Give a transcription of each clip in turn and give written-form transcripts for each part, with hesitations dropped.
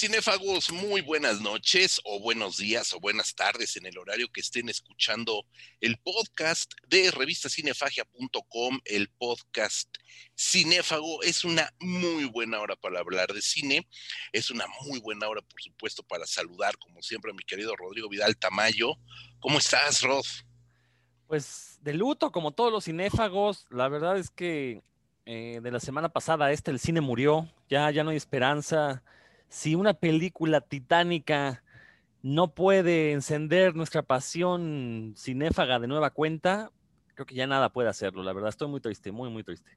Cinéfagos, muy buenas noches o buenos días o buenas tardes en el horario que estén escuchando el podcast de revistacinefagia.com, el podcast Cinéfago. Es una muy buena hora para hablar de cine, es una muy buena hora, por supuesto, para saludar, como siempre, a mi querido Rodrigo Vidal Tamayo. ¿Cómo estás, Rod? Pues de luto, como todos los cinéfagos, la verdad es que de la semana pasada el cine murió, ya no hay esperanza. Si una película titánica no puede encender nuestra pasión cinéfaga de nueva cuenta, creo que ya nada puede hacerlo. La verdad, estoy muy triste, muy, muy triste.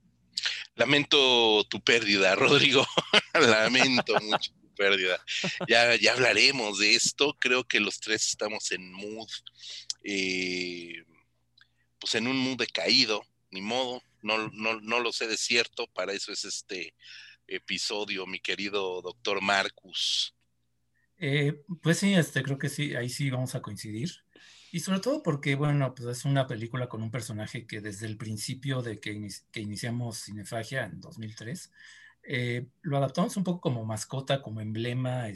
Lamento tu pérdida, Rodrigo. Lamento mucho tu pérdida. Ya hablaremos de esto. Creo que los tres estamos en mood, eh, pues en un mood decaído, ni modo. No lo sé de cierto. Para eso es este episodio, mi querido doctor Marcus. Pues sí, creo que sí, ahí sí vamos a coincidir. Y sobre todo porque, bueno, pues es una película con un personaje que desde el principio de que iniciamos Cinefagia en 2003, lo adaptamos un poco como mascota, como emblema,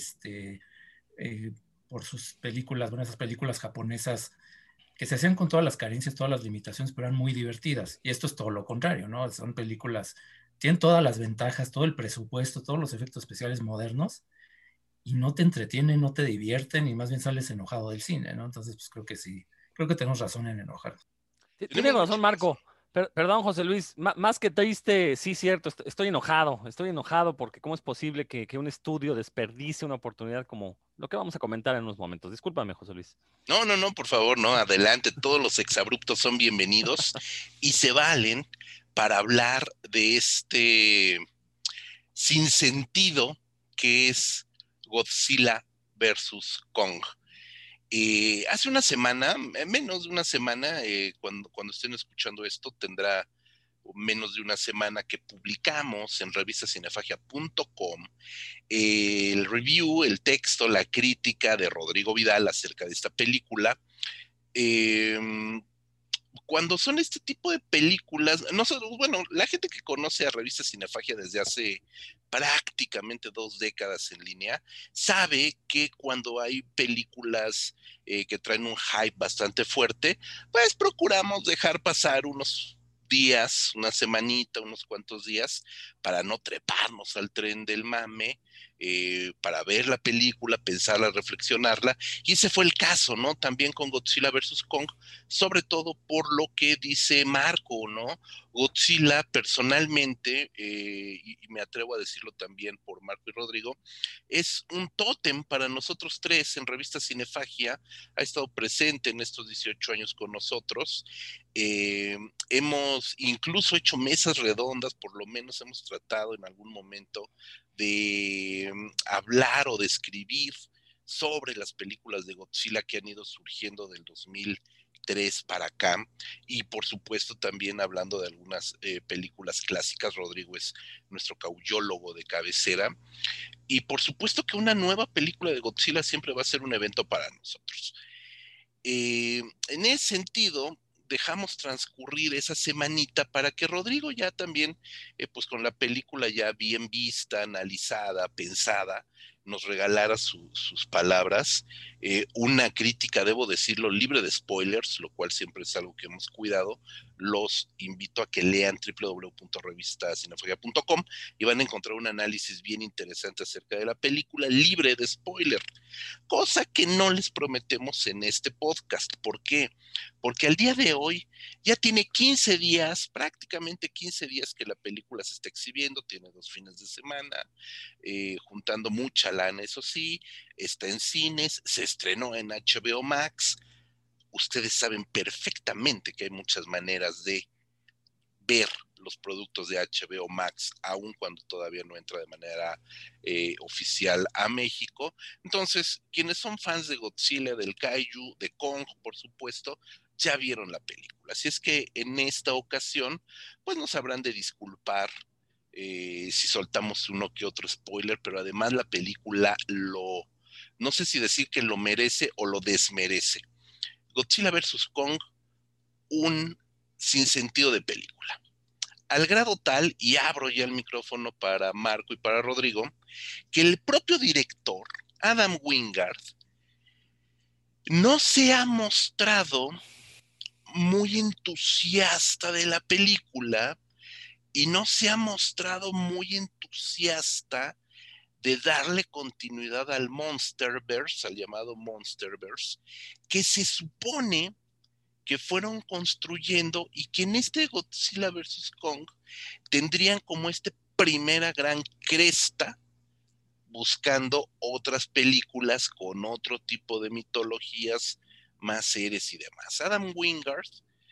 eh, por sus películas, bueno, esas películas japonesas que se hacían con todas las carencias, todas las limitaciones, pero eran muy divertidas. Y esto es todo lo contrario, ¿no? Son películas, tienen todas las ventajas, todo el presupuesto, todos los efectos especiales modernos y no te entretienen, no te divierten y más bien sales enojado del cine, ¿no? Entonces, pues creo que sí, creo que tenemos razón en enojarnos. Tienes Tenemos razón, mucha razón. Marco. Perdón, José Luis, más que triste, sí, cierto, estoy enojado porque ¿cómo es posible que un estudio desperdicie una oportunidad como lo que vamos a comentar en unos momentos? Discúlpame, José Luis. No, por favor, no, adelante. Todos los exabruptos son bienvenidos y se valen para hablar de este sinsentido que es Godzilla versus Kong. Hace una semana, menos de una semana, cuando estén escuchando esto, tendrá menos de una semana que publicamos en revistacinefagia.com el review, el texto, la crítica de Rodrigo Vidal acerca de esta película. Eh, Cuando son este tipo de películas, no sé, bueno, la gente que conoce a Revista Cinefagia desde hace prácticamente 2 décadas en línea, sabe que cuando hay películas que traen un hype bastante fuerte, pues procuramos dejar pasar unos días, una semanita, unos cuantos días, para no treparnos al tren del mame, para ver la película, pensarla, reflexionarla, y ese fue el caso, ¿no? También con Godzilla versus Kong, sobre todo por lo que dice Marco, ¿no? Godzilla personalmente, y me atrevo a decirlo también por Marco y Rodrigo, es un tótem para nosotros tres en Revista Cinefagia, ha estado presente en estos 18 años con nosotros, hemos incluso hecho mesas redondas, por lo menos hemos tratado en algún momento de hablar o de escribir sobre las películas de Godzilla que han ido surgiendo del 2003 para acá, y por supuesto también hablando de algunas películas clásicas. Rodrigo es nuestro caullólogo de cabecera, y por supuesto que una nueva película de Godzilla siempre va a ser un evento para nosotros. En ese sentido, dejamos transcurrir esa semanita para que Rodrigo ya también, pues con la película ya bien vista, analizada, pensada, nos regalara sus palabras, una crítica, debo decirlo, libre de spoilers, lo cual siempre es algo que hemos cuidado. Los invito a que lean www.revistacinefagia.com y van a encontrar un análisis bien interesante acerca de la película, libre de spoilers, cosa que no les prometemos en este podcast. ¿Por qué? Porque al día de hoy ya tiene 15 días, prácticamente 15 días que la película se está exhibiendo, tiene 2 fines de semana, juntando mucha lana, eso sí, está en cines, se estrenó en HBO Max. Ustedes saben perfectamente que hay muchas maneras de ver los productos de HBO Max, aun cuando todavía no entra de manera oficial a México. Entonces, quienes son fans de Godzilla, del Kaiju, de Kong, por supuesto, ya vieron la película. Así es que en esta ocasión, pues nos habrán de disculpar si soltamos uno que otro spoiler, pero además la película no sé si decir que lo merece o lo desmerece. Godzilla vs. Kong, un sinsentido de película. al grado tal, y abro ya el micrófono para Marco y para Rodrigo, que el propio director, Adam Wingard, no se ha mostrado muy entusiasta de la película y no se ha mostrado muy entusiasta de darle continuidad al Monsterverse, al llamado Monsterverse, que se supone que fueron construyendo y que en este Godzilla vs. Kong tendrían como esta primera gran cresta buscando otras películas con otro tipo de mitologías más seres y demás. Adam Wingard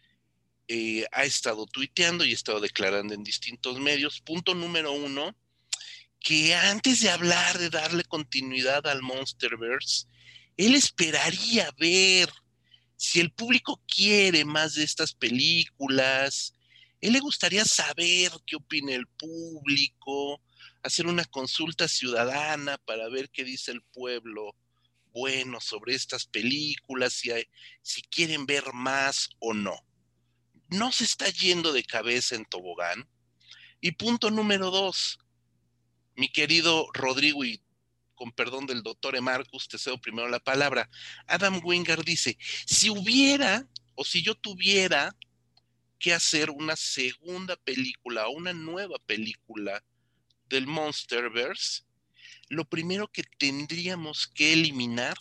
ha estado tuiteando y ha estado declarando en distintos medios. Punto número uno, que antes de hablar de darle continuidad al Monsterverse, él esperaría ver si el público quiere más de estas películas. Él le gustaría saber qué opina el público, hacer una consulta ciudadana para ver qué dice el pueblo bueno sobre estas películas, si quieren ver más o no. No se está yendo de cabeza en tobogán. Y punto número dos, mi querido Rodrigo, y con perdón del doctor Marcus, te cedo primero la palabra. Adam Wingard dice, si hubiera o si yo tuviera que hacer una segunda película o una nueva película del Monsterverse, lo primero que tendríamos que eliminar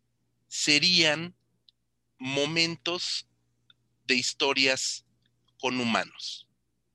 serían momentos de historias con humanos.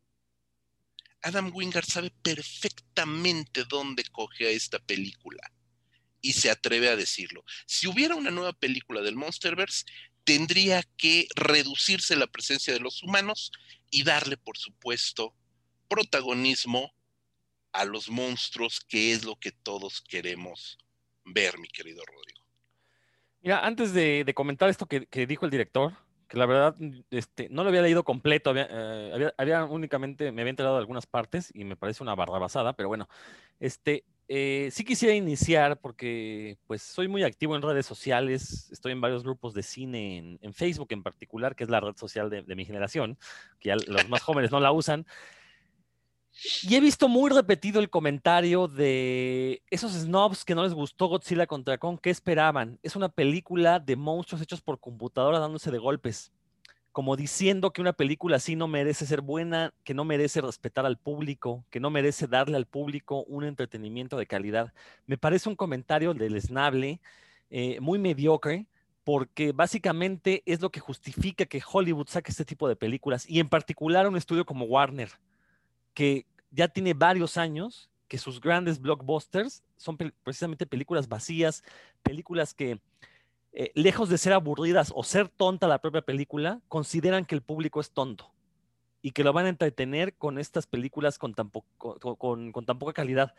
Adam Wingard sabe perfectamente dónde coge a esta película y se atreve a decirlo. Si hubiera una nueva película del Monsterverse, tendría que reducirse la presencia de los humanos y darle, por supuesto, protagonismo a los monstruos, que es lo que todos queremos ver, mi querido Rodrigo. Mira, antes de comentar esto que dijo el director, que la verdad no lo había leído completo, había únicamente, me había enterado de algunas partes y me parece una barrabasada, pero bueno, sí quisiera iniciar porque pues soy muy activo en redes sociales, estoy en varios grupos de cine, en Facebook en particular, que es la red social de mi generación, que ya los más jóvenes no la usan. Y he visto muy repetido el comentario de esos snobs que no les gustó Godzilla contra Kong. ¿Qué esperaban? Es una película de monstruos hechos por computadora dándose de golpes. Como diciendo que una película así no merece ser buena, que no merece respetar al público, que no merece darle al público un entretenimiento de calidad. Me parece un comentario deleznable, muy mediocre, porque básicamente es lo que justifica que Hollywood saque este tipo de películas, y en particular un estudio como Warner, que ya tiene varios años que sus grandes blockbusters son precisamente películas vacías, películas que, lejos de ser aburridas o ser tonta la propia película, consideran que el público es tonto y que lo van a entretener con estas películas con tan poca calidad.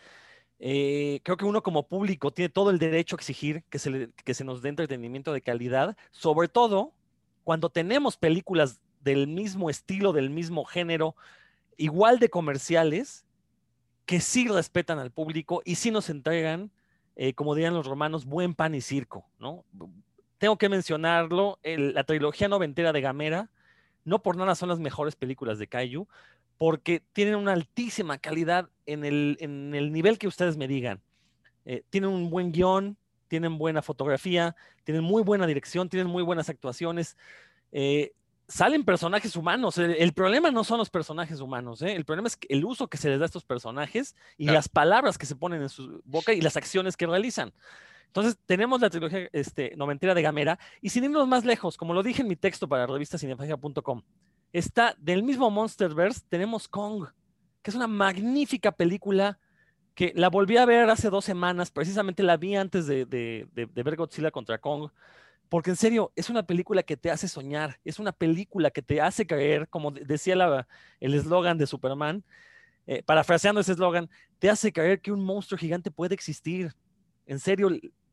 Creo que uno como público tiene todo el derecho a exigir que se nos dé entretenimiento de calidad, sobre todo cuando tenemos películas del mismo estilo, del mismo género, igual de comerciales, que sí respetan al público y sí nos entregan, como dirían los romanos, buen pan y circo, ¿no? Tengo que mencionarlo, la trilogía noventera de Gamera, no por nada son las mejores películas de Kaiju, porque tienen una altísima calidad en el nivel que ustedes me digan. Tienen un buen guión, tienen buena fotografía, tienen muy buena dirección, tienen muy buenas actuaciones. eh, Salen personajes humanos. El problema no son los personajes humanos, ¿eh? El problema es el uso que se les da a estos personajes y Claro. las palabras que se ponen en su boca y las acciones que realizan. Entonces, tenemos la trilogía noventera de Gamera, y sin irnos más lejos, como lo dije en mi texto para revistacinefagia.com, está del mismo Monsterverse, tenemos Kong, que es una magnífica película que la volví a ver hace 2 semanas, precisamente la vi antes de ver Godzilla contra Kong, porque en serio, es una película que te hace soñar, es una película que te hace creer, como decía el eslogan de Superman, parafraseando ese eslogan, te hace creer que un monstruo gigante puede existir. En serio,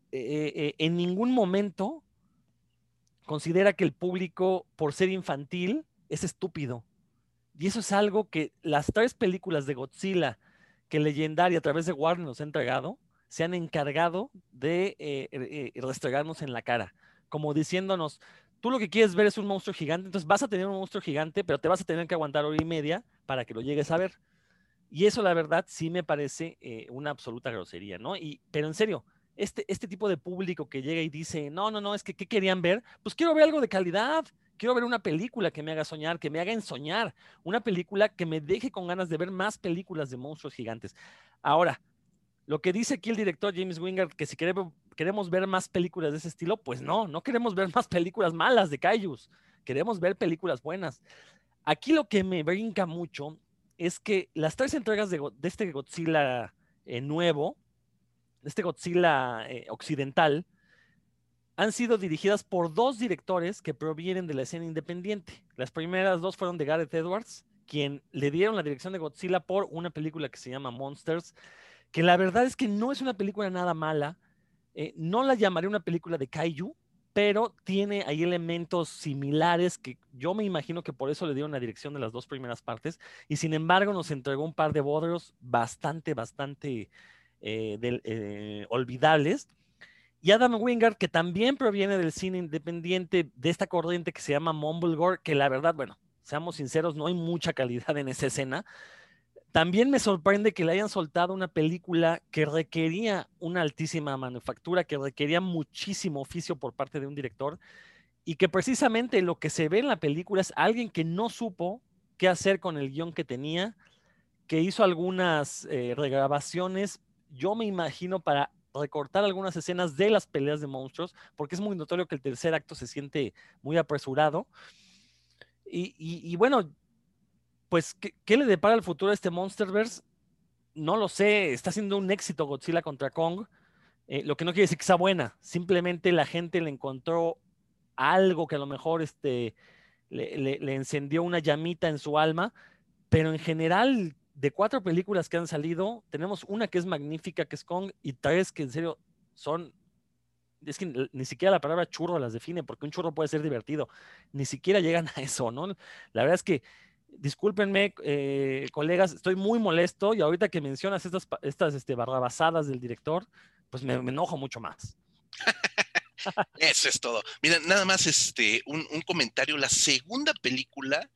en ningún momento considera que el público, por ser infantil, es estúpido. Y eso es algo que las 3 películas de Godzilla que Legendary a través de Warner nos ha entregado, se han encargado de restregarnos en la cara, como diciéndonos, tú lo que quieres ver es un monstruo gigante, entonces vas a tener un monstruo gigante, pero te vas a tener que aguantar hora y media para que lo llegues a ver. Y eso, la verdad, sí me parece una absoluta grosería, ¿no? Pero en serio, este tipo de público que llega y dice, no, no, no, es que ¿qué querían ver? Pues quiero ver algo de calidad, quiero ver una película que me haga soñar, que me haga ensoñar, una película que me deje con ganas de ver más películas de monstruos gigantes. Ahora, lo que dice aquí el director James Wingard, que si queremos ver más películas de ese estilo, pues no, no queremos ver más películas malas de kaijus, queremos ver películas buenas. Aquí lo que me brinca mucho es que las 3 entregas de este Godzilla nuevo, de este Godzilla occidental, han sido dirigidas por 2 directores que provienen de la escena independiente. Las primeras 2 fueron de Gareth Edwards, quien le dieron la dirección de Godzilla por una película que se llama Monsters, que la verdad es que no es una película nada mala. No la llamaré una película de kaiju, pero tiene ahí elementos similares que yo me imagino que por eso le dieron la dirección de las 2 primeras partes, y sin embargo nos entregó un par de bodrios bastante olvidables. Y Adam Wingard, que también proviene del cine independiente, de esta corriente que se llama Mumblegore, que la verdad, bueno, seamos sinceros, no hay mucha calidad en esa escena. También me sorprende que le hayan soltado una película que requería una altísima manufactura, que requería muchísimo oficio por parte de un director, y que precisamente lo que se ve en la película es alguien que no supo qué hacer con el guión que tenía, que hizo algunas regrabaciones, yo me imagino, para recortar algunas escenas de las peleas de monstruos, porque es muy notorio que el tercer acto se siente muy apresurado. Y bueno, pues, ¿qué le depara el futuro a este Monsterverse? No lo sé, está siendo un éxito Godzilla contra Kong, lo que no quiere decir que sea buena, simplemente la gente le encontró algo que a lo mejor le encendió una llamita en su alma, pero en general, de 4 películas que han salido, tenemos una que es magnífica, que es Kong, y 3 que en serio son, es que ni siquiera la palabra churro las define, porque un churro puede ser divertido, ni siquiera llegan a eso, ¿no? La verdad es que, discúlpenme, colegas, estoy muy molesto, y ahorita que mencionas estas barrabasadas del director, pues me enojo mucho más. Eso es todo. Mira, nada más un comentario. La segunda película,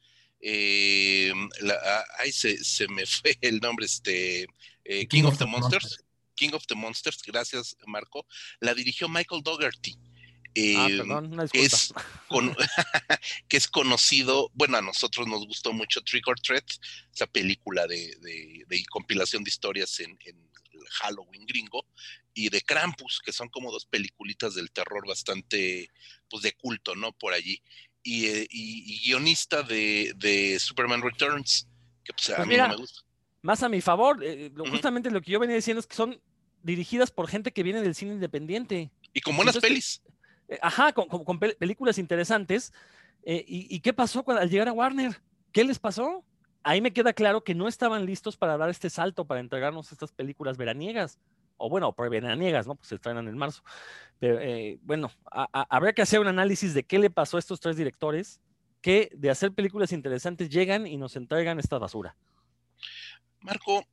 ay, se me fue el nombre, King of the Monsters. King of the Monsters, gracias, Marco. La dirigió Michael Dougherty. Perdón, una Que disculpa. que es conocido, bueno, a nosotros nos gustó mucho Trick or Treat, esa película de compilación de historias en Halloween gringo, y de Krampus, que son como 2 peliculitas del terror bastante, pues, de culto, ¿no? Por allí. Y guionista de Superman Returns, que pues a Pues mí no me mira, gusta. más a mi favor, Uh-huh. justamente lo que yo venía diciendo es que son dirigidas por gente que viene del cine independiente. Y con Y buenas entonces, pelis. ajá, con películas interesantes. ¿Y qué pasó al llegar a Warner? ¿Qué les pasó? Ahí me queda claro que no estaban listos para dar este salto, para entregarnos estas películas veraniegas. O bueno, pre-veraniegas, ¿no? Pues se estrenan en marzo. Pero bueno, habría que hacer un análisis de qué le pasó a estos 3 directores que de hacer películas interesantes llegan y nos entregan esta basura. Marco,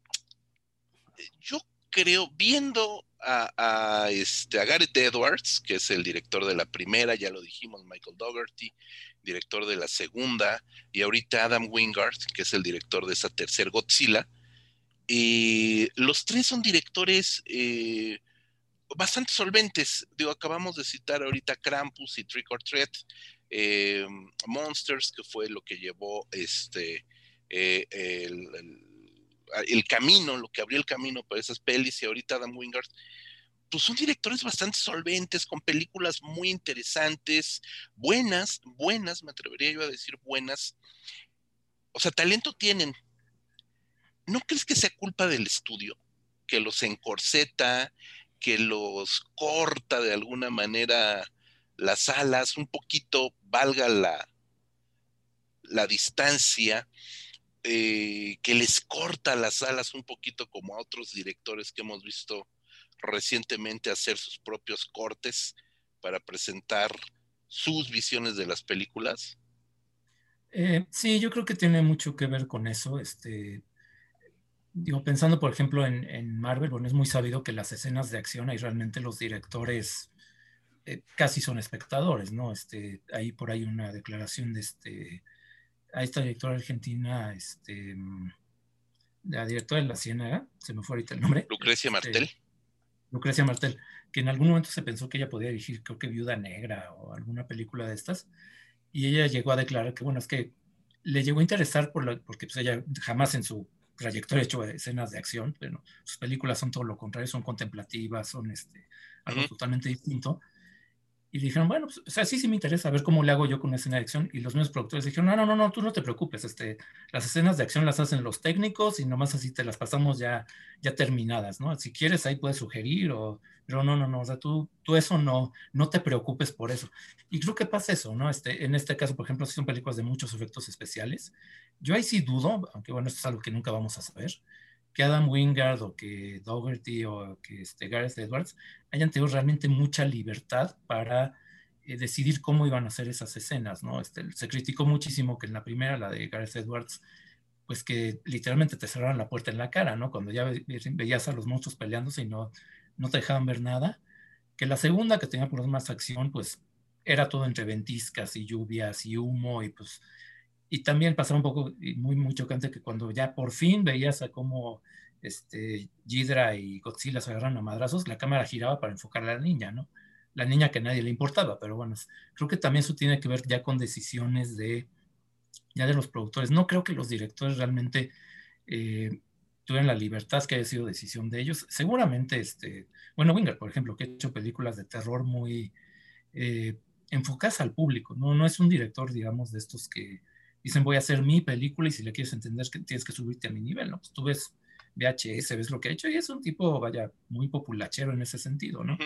yo creo, viendo a Gareth Edwards, que es el director de la primera, ya lo dijimos, Michael Dougherty, director de la segunda, y ahorita Adam Wingard, que es el director de esa tercer Godzilla. Los 3 son directores bastante solventes. Digo, acabamos de citar ahorita Krampus y Trick or Treat, Monsters, que fue lo que llevó el camino, lo que abrió el camino para esas pelis, y ahorita Adam Wingard, pues son directores bastante solventes, con películas muy interesantes, buenas, me atrevería yo a decir buenas. O sea, talento tienen. ¿No crees que sea culpa del estudio? Que los encorseta, que los corta de alguna manera las alas, un poquito, valga la distancia, que les corta las alas un poquito, como a otros directores que hemos visto recientemente hacer sus propios cortes para presentar sus visiones de las películas? Sí, yo creo que tiene mucho que ver con eso. Digo, pensando por ejemplo en Marvel, bueno, es muy sabido que las escenas de acción ahí realmente los directores casi son espectadores, ¿no? Hay por ahí una declaración de a esta directora argentina, la directora de La Ciénaga, se me fue ahorita el nombre. Lucrecia Martel. Lucrecia Martel, que en algún momento se pensó que ella podía dirigir, creo que Viuda Negra o alguna película de estas, y ella llegó a declarar que, bueno, es que le llegó a interesar porque pues ella jamás en su trayectoria ha hecho escenas de acción, pero sus películas son todo lo contrario, son contemplativas, son algo totalmente distinto. Y le dijeron, bueno, pues, o sea, sí me interesa ver cómo le hago yo con una escena de acción. Y los mismos productores dijeron, no, tú no te preocupes, las escenas de acción las hacen los técnicos y nomás así te las pasamos ya terminadas, ¿no? Si quieres ahí puedes sugerir, pero no, o sea, tú eso no te preocupes por eso. Y creo que pasa eso, ¿no? En este caso, por ejemplo, si son películas de muchos efectos especiales, yo ahí sí dudo, aunque bueno, esto es algo que nunca vamos a saber, que Adam Wingard o que Dougherty o que Gareth Edwards hayan tenido realmente mucha libertad para decidir cómo iban a hacer esas escenas, ¿no? Se criticó muchísimo que en la primera, la de Gareth Edwards, pues que literalmente te cerraron la puerta en la cara, ¿no? Cuando ya veías a los monstruos peleándose y no te dejaban ver nada. Que la segunda, que tenía por lo más acción, pues era todo entre ventiscas y lluvias y humo y pues... Y también pasaba un poco muy chocante que cuando ya por fin veías a cómo Ghidra y Godzilla se agarran a madrazos, la cámara giraba para enfocar a la niña, ¿no? La niña que a nadie le importaba, pero bueno, creo que también eso tiene que ver ya con decisiones ya de los productores. No creo que los directores realmente tuvieran la libertad, que haya sido decisión de ellos. Seguramente, bueno, Winger, por ejemplo, que ha hecho películas de terror muy enfocadas al público, ¿no? No es un director, digamos, de estos que dicen voy a hacer mi película y si le quieres entender que tienes que subirte a mi nivel, ¿no? Pues tú ves VHS, ves lo que ha hecho y es un tipo, vaya, muy populachero en ese sentido, ¿no?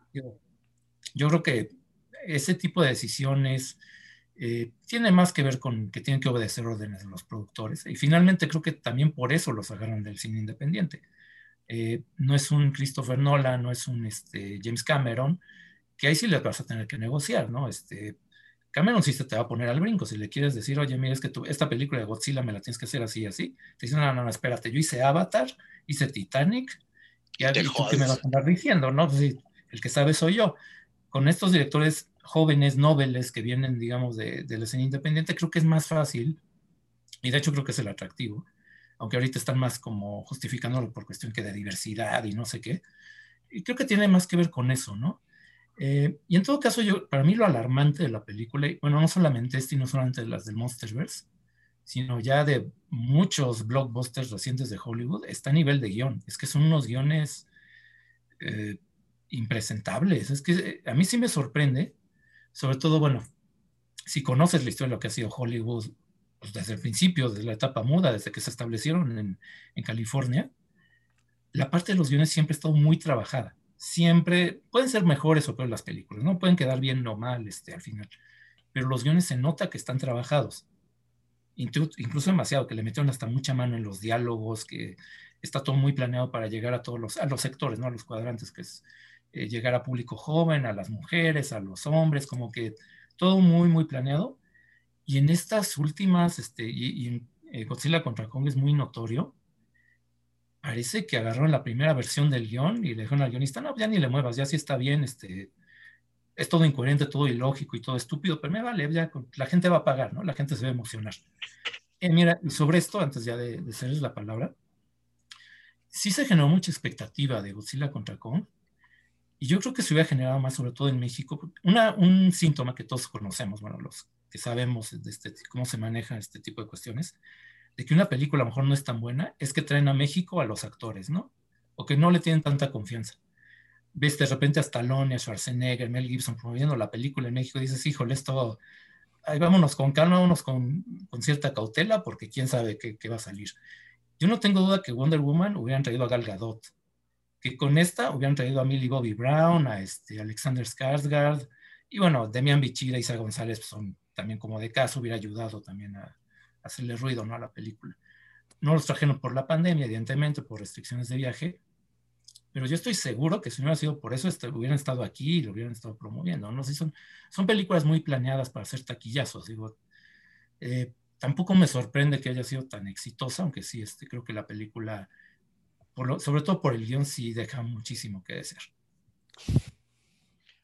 Yo creo que ese tipo de decisiones tiene más que ver con que tienen que obedecer órdenes de los productores y finalmente creo que también por eso los agarran del cine independiente. No es un Christopher Nolan, no es un James Cameron, que ahí sí les vas a tener que negociar, ¿no? Cameron sí se te va a poner al brinco. Si le quieres decir, oye, mira, es que esta película de Godzilla me la tienes que hacer así y así, te dicen, no, espérate, yo hice Avatar, hice Titanic, y tú qué me vas a andar diciendo, ¿no? Pues sí, el que sabe soy yo. Con estos directores jóvenes, nobles, que vienen, digamos, de la escena independiente, creo que es más fácil, y de hecho creo que es el atractivo, aunque ahorita están más como justificándolo por cuestión que de diversidad y no sé qué, y creo que tiene más que ver con eso, ¿no? Y en todo caso, para mí lo alarmante de la película, bueno, no solamente y no solamente las del Monsterverse, sino ya de muchos blockbusters recientes de Hollywood, está a nivel de guión. Es que son unos guiones eh, impresentables. Es que a mí sí me sorprende, sobre todo, bueno, si conoces la historia de lo que ha sido Hollywood pues desde el principio, desde la etapa muda, desde que se establecieron en California, la parte de los guiones siempre ha estado muy trabajada. Siempre pueden ser mejores o peores las películas, no pueden quedar bien o mal al final, pero los guiones se nota que están trabajados, incluso demasiado, que le metieron hasta mucha mano en los diálogos, que está todo muy planeado para llegar a todos a los sectores, ¿no? A los cuadrantes, que es llegar a público joven, a las mujeres, a los hombres, como que todo muy planeado. Y en estas últimas, en Godzilla contra Kong es muy notorio. Parece que agarraron la primera versión del guión y le dijeron al guionista, no, ya ni le muevas, ya sí está bien, es todo incoherente, todo ilógico y todo estúpido, pero me vale, ya la gente va a pagar, ¿no? La gente se va a emocionar. Mira, y sobre esto, antes ya de hacerles la palabra, sí se generó mucha expectativa de Godzilla contra Kong, y yo creo que se hubiera generado más, sobre todo en México, un síntoma que todos conocemos, bueno, los que sabemos de cómo se maneja este tipo de cuestiones, de que una película a lo mejor no es tan buena, es que traen a México a los actores, ¿no? O que no le tienen tanta confianza. Ves de repente a Stallone, a Schwarzenegger, Mel Gibson promoviendo la película en México y dices, híjole, esto, ahí vámonos con calma, vámonos con cierta cautela, porque quién sabe qué va a salir. Yo no tengo duda que Wonder Woman hubieran traído a Gal Gadot, que con esta hubieran traído a Millie Bobby Brown, a Alexander Skarsgård, y bueno, Demian Bichir y Isa González pues, son también como de caso, hubiera ayudado también a hacerle ruido, ¿no? A la película. No los trajeron por la pandemia, evidentemente, por restricciones de viaje, pero yo estoy seguro que si no hubiera sido por eso, hubieran estado aquí y lo hubieran estado promoviendo, ¿no? Sí, son películas muy planeadas para hacer taquillazos, digo. Tampoco me sorprende que haya sido tan exitosa, aunque sí, creo que la película, sobre todo por el guión, sí deja muchísimo que desear.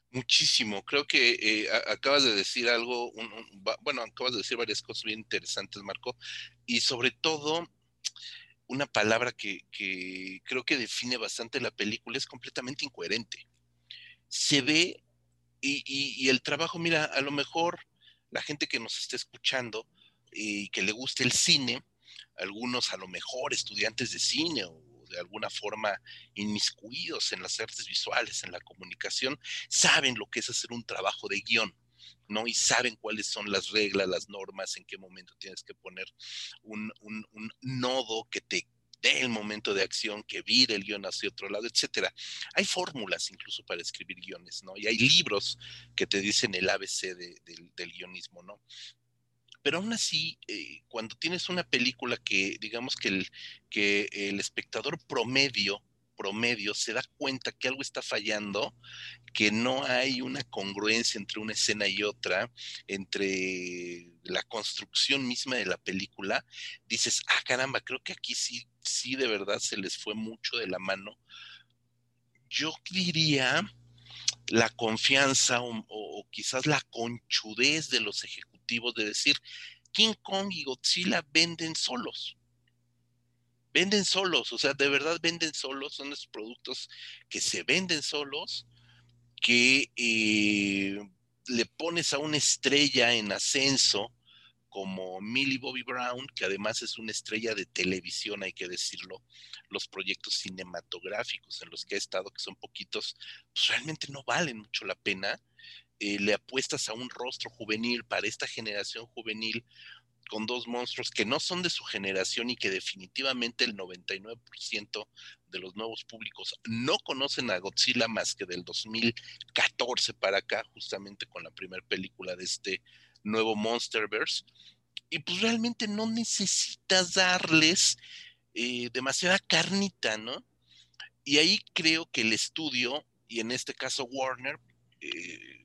Muchísimo. Creo que acabas de decir algo, bueno, acabas de decir varias cosas bien interesantes, Marco, y sobre todo una palabra que creo que define bastante la película, es completamente incoherente. Se ve y el trabajo, mira, a lo mejor la gente que nos está escuchando y que le guste el cine, algunos a lo mejor estudiantes de cine o de alguna forma inmiscuidos en las artes visuales, en la comunicación, saben lo que es hacer un trabajo de guión, ¿no? Y saben cuáles son las reglas, las normas, en qué momento tienes que poner un nodo que te dé el momento de acción, que vire el guión hacia otro lado, etcétera. Hay fórmulas incluso para escribir guiones, ¿no? Y hay libros que te dicen el ABC del guionismo, ¿no? Pero aún así, cuando tienes una película que, digamos que el espectador promedio se da cuenta que algo está fallando, que no hay una congruencia entre una escena y otra, entre la construcción misma de la película, dices, ah, caramba, creo que aquí sí, sí de verdad se les fue mucho de la mano. Yo diría la confianza o quizás la conchudez de los ejecutivos de decir, King Kong y Godzilla venden solos, o sea, de verdad venden solos, son esos productos que se venden solos, que le pones a una estrella en ascenso como Millie Bobby Brown, que además es una estrella de televisión, hay que decirlo, los proyectos cinematográficos en los que ha estado, que son poquitos, pues realmente no valen mucho la pena. Le apuestas a un rostro juvenil para esta generación juvenil con dos monstruos que no son de su generación y que definitivamente el 99% de los nuevos públicos no conocen a Godzilla más que del 2014 para acá, justamente con la primera película de este nuevo Monsterverse. Y pues realmente no necesitas darles demasiada carnita, ¿no? Y ahí creo que el estudio, y en este caso Warner, eh,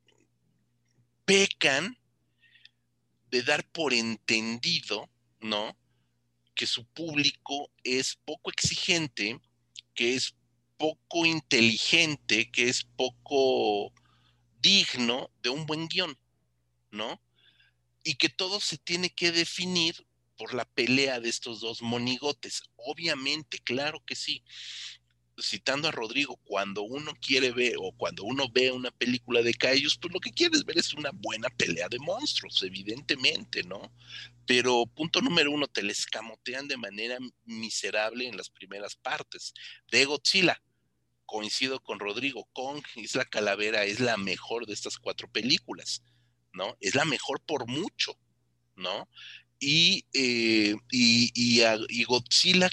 pecan de dar por entendido, ¿no? Que su público es poco exigente, que es poco inteligente, que es poco digno de un buen guión, ¿no? Y que todo se tiene que definir por la pelea de estos dos monigotes. Obviamente, claro que sí. Citando a Rodrigo, cuando uno quiere ver o cuando uno ve una película de Kaijus, pues lo que quieres ver es una buena pelea de monstruos, evidentemente, ¿no? Pero punto número uno, te les escamotean de manera miserable en las primeras partes. De Godzilla, coincido con Rodrigo, Kong Isla Calavera es la mejor de estas cuatro películas, ¿no? Es la mejor por mucho, ¿no? Y Godzilla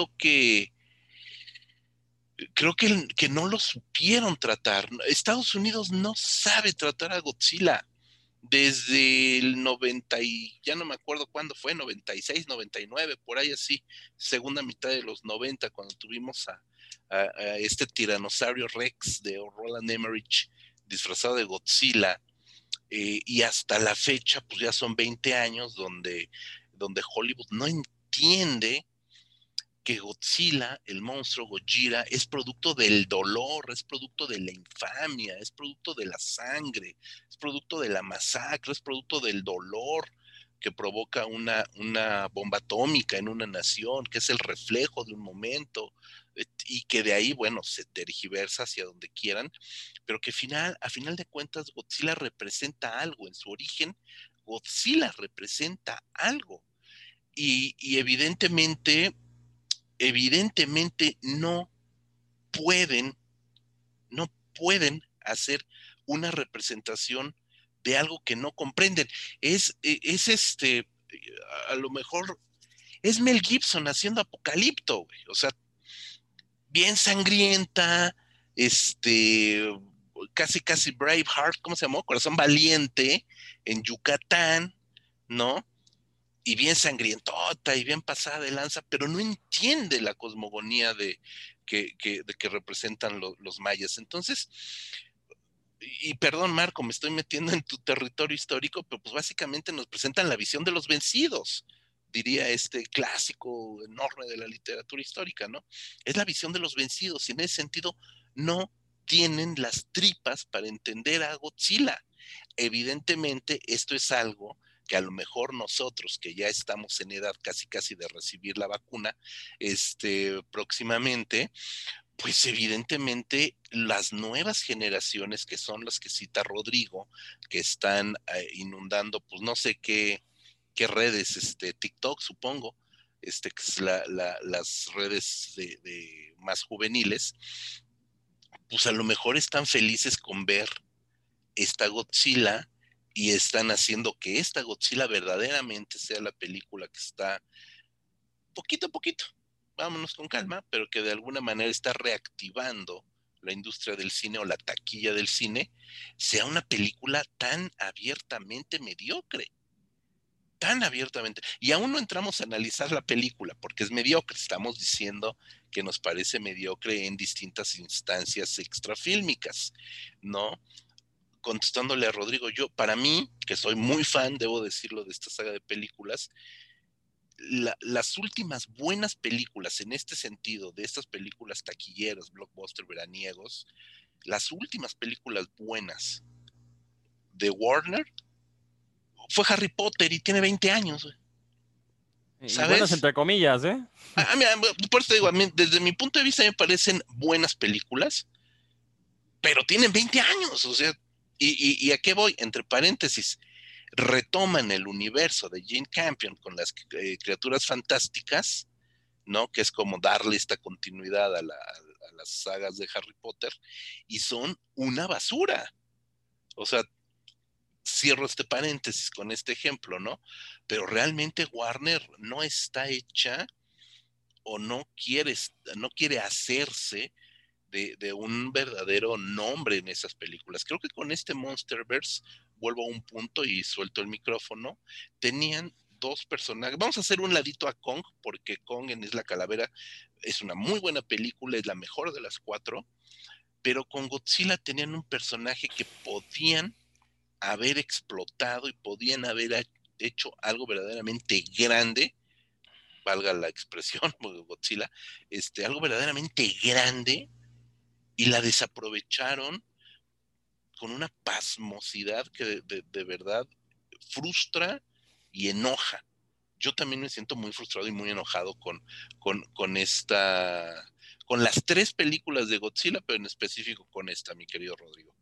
creo que no lo supieron tratar. Estados Unidos no sabe tratar a Godzilla desde el 90 y ya no me acuerdo cuándo fue, 96, 99, por ahí así, segunda mitad de los 90, cuando tuvimos a este tiranosaurio Rex de Roland Emmerich disfrazado de Godzilla, y hasta la fecha, pues ya son 20 años donde Hollywood no entiende que Godzilla, el monstruo Gojira, es producto del dolor, es producto de la infamia, es producto de la sangre, es producto de la masacre, es producto del dolor que provoca una bomba atómica en una nación, que es el reflejo de un momento, y que de ahí, bueno, se tergiversa hacia donde quieran, pero que a final de cuentas Godzilla representa algo, en su origen Godzilla representa algo, y evidentemente pueden, no pueden hacer una representación de algo que no comprenden. A lo mejor es Mel Gibson haciendo Apocalipto, güey. O sea, bien sangrienta, este, casi Braveheart, ¿cómo se llamó? Corazón Valiente, en Yucatán, ¿no? Y bien sangrientota y bien pasada de lanza, pero no entiende la cosmogonía de que representan los mayas. Entonces, y perdón Marco, me estoy metiendo en tu territorio histórico, pero pues básicamente nos presentan la visión de los vencidos, diría este clásico enorme de la literatura histórica, ¿no? Es la visión de los vencidos y en ese sentido no tienen las tripas para entender a Godzilla. Evidentemente, esto es algo que a lo mejor nosotros, que ya estamos en edad casi de recibir la vacuna, próximamente, pues evidentemente las nuevas generaciones, que son las que cita Rodrigo, que están inundando, pues no sé qué redes, TikTok, supongo, que es las redes de más juveniles, pues a lo mejor están felices con ver esta Godzilla y están haciendo que esta Godzilla verdaderamente sea la película que está poquito a poquito, vámonos con calma, pero que de alguna manera está reactivando la industria del cine o la taquilla del cine, sea una película tan abiertamente mediocre. Tan abiertamente. Y aún no entramos a analizar la película porque es mediocre. Estamos diciendo que nos parece mediocre en distintas instancias extrafílmicas, ¿no? Contestándole a Rodrigo, para mí, que soy muy fan, debo decirlo, de esta saga de películas, las últimas buenas películas en este sentido, de estas películas taquilleras, blockbuster, veraniegos, las últimas películas buenas de Warner fue Harry Potter y tiene 20 años, Y buenas ¿sabes? entre comillas, ¿eh? Por eso te digo, desde mi punto de vista me parecen buenas películas, pero tienen 20 años, o sea, ¿y a qué voy? Entre paréntesis, retoman el universo de Jane Campion con las criaturas fantásticas, ¿no? Que es como darle esta continuidad a las sagas de Harry Potter, y son una basura. O sea, cierro este paréntesis con este ejemplo, ¿no? Pero realmente Warner no está hecha o no quiere hacerse de un verdadero nombre en esas películas. Creo que con este Monsterverse, vuelvo a un punto y suelto el micrófono, tenían dos personajes. Vamos a hacer un ladito a Kong, porque Kong en Isla Calavera es una muy buena película, es la mejor de las 4, pero con Godzilla tenían un personaje que podían haber explotado y podían haber hecho algo verdaderamente grande, valga la expresión, Godzilla, algo verdaderamente grande, y la desaprovecharon con una pasmosidad que de verdad frustra y enoja. Yo también me siento muy frustrado y muy enojado con las 3 películas de Godzilla, pero en específico con esta, mi querido Rodrigo.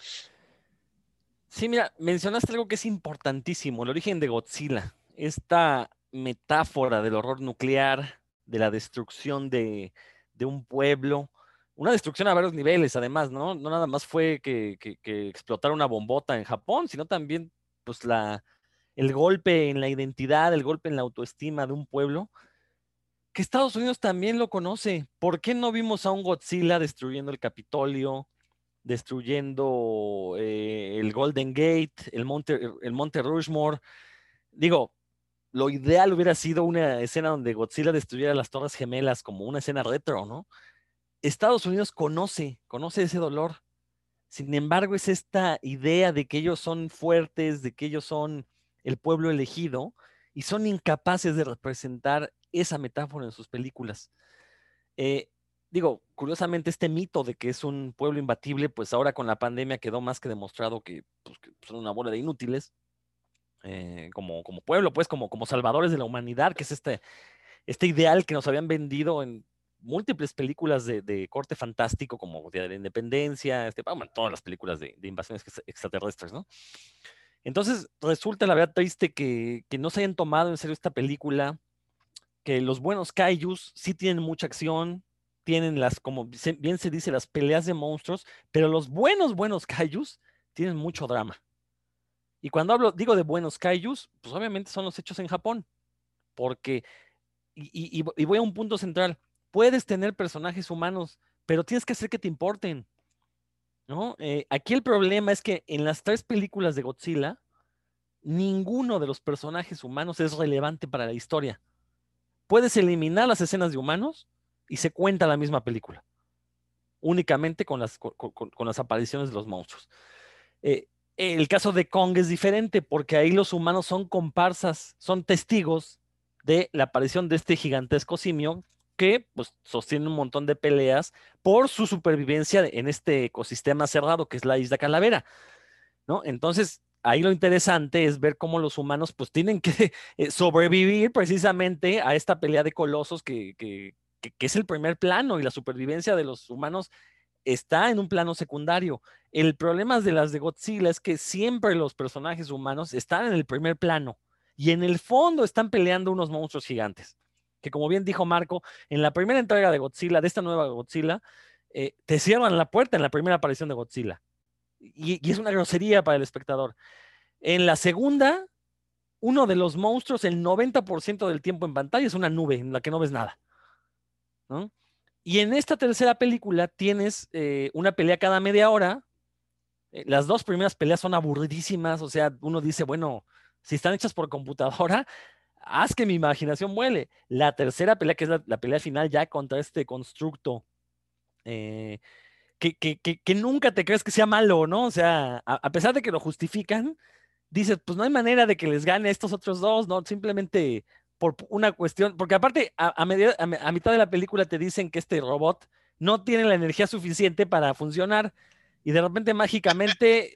Sí, mira, mencionaste algo que es importantísimo, el origen de Godzilla. Esta metáfora del horror nuclear, de la destrucción de un pueblo, una destrucción a varios niveles, además, ¿no? No nada más fue que explotara una bombota en Japón, sino también, pues, el golpe en la identidad, el golpe en la autoestima de un pueblo, que Estados Unidos también lo conoce. ¿Por qué no vimos a un Godzilla destruyendo el Capitolio, destruyendo el Golden Gate, el Monte Rushmore? Digo, lo ideal hubiera sido una escena donde Godzilla destruyera las Torres Gemelas como una escena retro, ¿no? Estados Unidos conoce ese dolor. Sin embargo, es esta idea de que ellos son fuertes, de que ellos son el pueblo elegido, y son incapaces de representar esa metáfora en sus películas. Eh, Curiosamente, este mito de que es un pueblo imbatible, pues ahora con la pandemia quedó más que demostrado pues, que son una bola de inútiles, como pueblo, pues como salvadores de la humanidad, que es este ideal que nos habían vendido en múltiples películas de corte fantástico, como Día de la Independencia, bueno, todas las películas de invasiones extraterrestres, ¿no? Entonces, resulta la verdad triste que no se hayan tomado en serio esta película, que los buenos kaijus sí tienen mucha acción, tienen como bien se dice, las peleas de monstruos, pero los buenos kaijus tienen mucho drama. Y cuando digo de buenos kaijus, pues obviamente son los hechos en Japón, porque, y voy a un punto central, puedes tener personajes humanos, pero tienes que hacer que te importen, ¿no? Aquí el problema es que en las 3 películas de Godzilla, ninguno de los personajes humanos es relevante para la historia. Puedes eliminar las escenas de humanos y se cuenta la misma película, únicamente con las apariciones de los monstruos. El caso de Kong es diferente porque ahí los humanos son comparsas, son testigos de la aparición de este gigantesco simio que pues sostiene un montón de peleas por su supervivencia en este ecosistema cerrado que es la Isla Calavera, ¿no? Entonces, ahí lo interesante es ver cómo los humanos pues tienen que sobrevivir precisamente a esta pelea de colosos que es el primer plano, y la supervivencia de los humanos está en un plano secundario. El problema de las de Godzilla es que siempre los personajes humanos están en el primer plano y en el fondo están peleando unos monstruos gigantes. Que como bien dijo Marco, en la primera entrega de Godzilla, de esta nueva Godzilla, te cierran la puerta en la primera aparición de Godzilla. Y es una grosería para el espectador. En la segunda, uno de los monstruos, el 90% del tiempo en pantalla, es una nube en la que no ves nada, ¿no? Y en esta tercera película tienes una pelea cada media hora. Las dos primeras peleas son aburridísimas, o sea, uno dice, bueno, si están hechas por computadora, haz que mi imaginación vuele. La tercera pelea, que es la pelea final ya contra este constructo, eh, que nunca te crees que sea malo, ¿no? O sea, a pesar de que lo justifican, dices, pues no hay manera de que les gane a estos otros dos, ¿no? Simplemente por una cuestión, porque aparte a mitad de la película te dicen que este robot no tiene la energía suficiente para funcionar y de repente mágicamente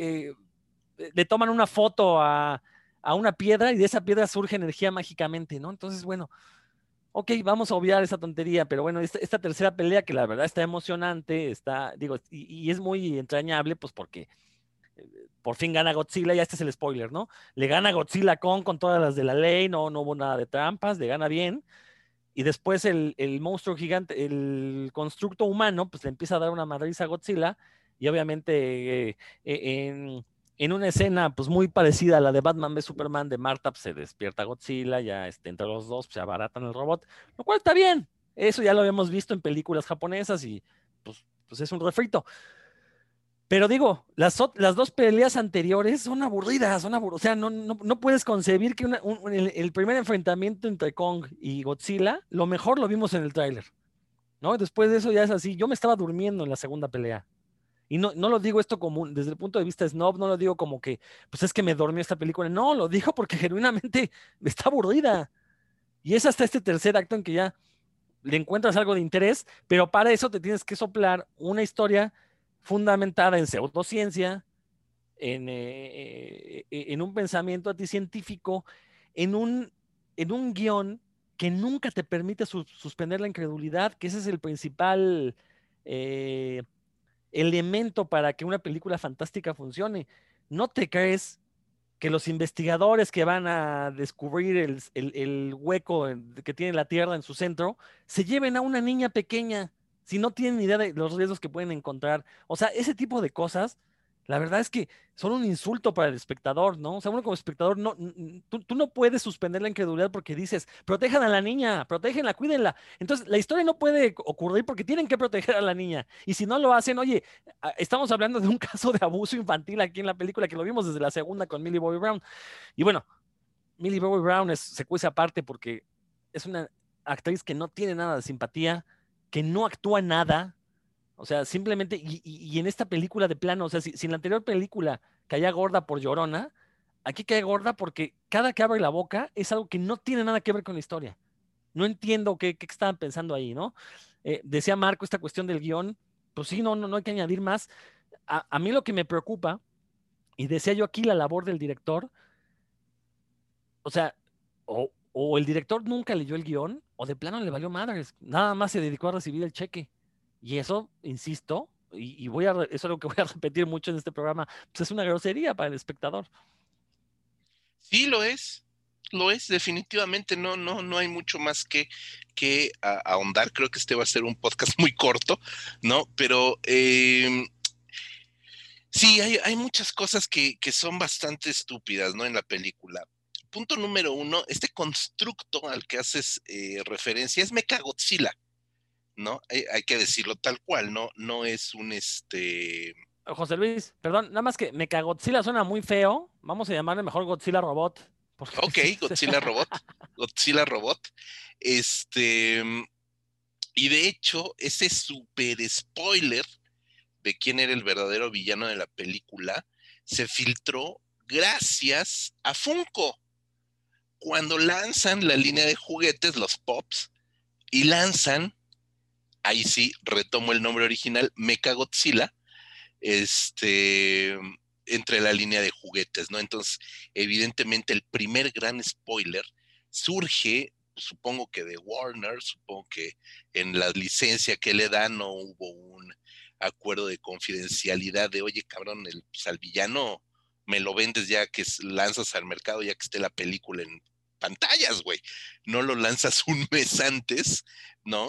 le toman una foto a una piedra y de esa piedra surge energía mágicamente, ¿no? Entonces, bueno, ok, vamos a obviar esa tontería, pero bueno, esta tercera pelea que la verdad está emocionante, está, digo, y es muy entrañable, pues porque por fin gana Godzilla, ya este es el spoiler, ¿no? Le gana Godzilla con todas las de la ley, no hubo nada de trampas, le gana bien, y después el monstruo gigante, el constructo humano, pues le empieza a dar una madriza a Godzilla, y obviamente en una escena pues muy parecida a la de Batman v Superman de Marta, pues, se despierta Godzilla, ya entre los dos pues, se abaratan el robot, lo cual está bien, eso ya lo habíamos visto en películas japonesas y pues es un refrito. Pero digo, las dos peleas anteriores son aburridas, o sea, no puedes concebir que el primer enfrentamiento entre Kong y Godzilla, lo mejor lo vimos en el tráiler, ¿no? Después de eso ya es así, yo me estaba durmiendo en la segunda pelea. Y no lo digo esto como desde el punto de vista snob, no lo digo como que, pues es que me dormí esta película, no, lo digo porque genuinamente está aburrida. Y es hasta este tercer acto en que ya le encuentras algo de interés, pero para eso te tienes que soplar una historia fundamentada en pseudociencia, en un pensamiento anticientífico, en un guión que nunca te permite suspender la incredulidad, que ese es el principal elemento para que una película fantástica funcione. No te crees que los investigadores que van a descubrir el hueco que tiene la Tierra en su centro se lleven a una niña pequeña si no tienen idea de los riesgos que pueden encontrar. O sea, ese tipo de cosas, la verdad es que son un insulto para el espectador, ¿no? O sea, uno como espectador, tú no puedes suspender la incredulidad porque dices, protejan a la niña, protégenla, cuídenla. Entonces, la historia no puede ocurrir porque tienen que proteger a la niña. Y si no lo hacen, oye, estamos hablando de un caso de abuso infantil aquí en la película que lo vimos desde la segunda con Millie Bobby Brown. Y bueno, Millie Bobby Brown se cuece aparte porque es una actriz que no tiene nada de simpatía, que no actúa nada. O sea, simplemente, y en esta película de plano, o sea, si en la anterior película caía gorda por Llorona, aquí cae gorda porque cada que abre la boca es algo que no tiene nada que ver con la historia. No entiendo qué estaban pensando ahí, ¿no? Decía Marco esta cuestión del guión, pues sí, no hay que añadir más. A mí lo que me preocupa, y decía yo aquí la labor del director, o sea, o el director nunca leyó el guión, o de plano le valió madres, nada más se dedicó a recibir el cheque. Y eso, insisto, y eso es lo que voy a repetir mucho en este programa, pues es una grosería para el espectador. Sí, lo es, definitivamente, no hay mucho más que ahondar. Creo que este va a ser un podcast muy corto, ¿no? Pero sí, hay muchas cosas que son bastante estúpidas, ¿no? En la película. Punto número uno, este constructo al que haces referencia es Mechagodzilla, ¿no? Hay que decirlo tal cual, ¿no? No es un José Luis, perdón, nada más que Mechagodzilla suena muy feo, vamos a llamarle mejor Godzilla Robot. Porque Ok, Godzilla Robot. Godzilla Robot. Este. Y de hecho, ese super spoiler de quién era el verdadero villano de la película se filtró gracias a Funko. Cuando lanzan la línea de juguetes, los Pops, y lanzan, ahí sí, retomo el nombre original, Mechagodzilla, entre la línea de juguetes, ¿no? Entonces, evidentemente, el primer gran spoiler surge, supongo que de Warner, supongo que en la licencia que le dan no hubo un acuerdo de confidencialidad de, oye, cabrón, pues, al villano me lo vendes ya que lanzas al mercado, ya que esté la película en pantallas, güey. No lo lanzas un mes antes, ¿no?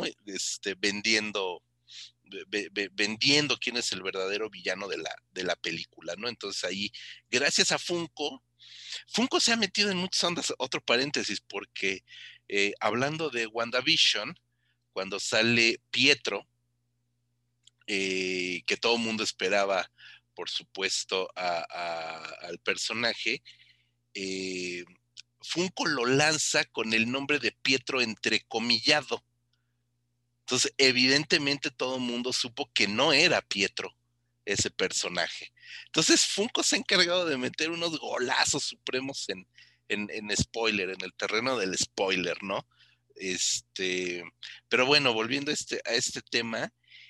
Vendiendo quién es el verdadero villano de la película, ¿no? Entonces ahí, gracias a Funko se ha metido en muchas ondas, otro paréntesis, porque hablando de WandaVision, cuando sale Pietro, que todo el mundo esperaba, por supuesto, al personaje, eh, Funko lo lanza con el nombre de Pietro entrecomillado. Entonces, evidentemente todo el mundo supo que no era Pietro ese personaje. Entonces, Funko se ha encargado de meter unos golazos supremos en spoiler, en el terreno del spoiler, ¿no? Pero bueno, volviendo a este tema,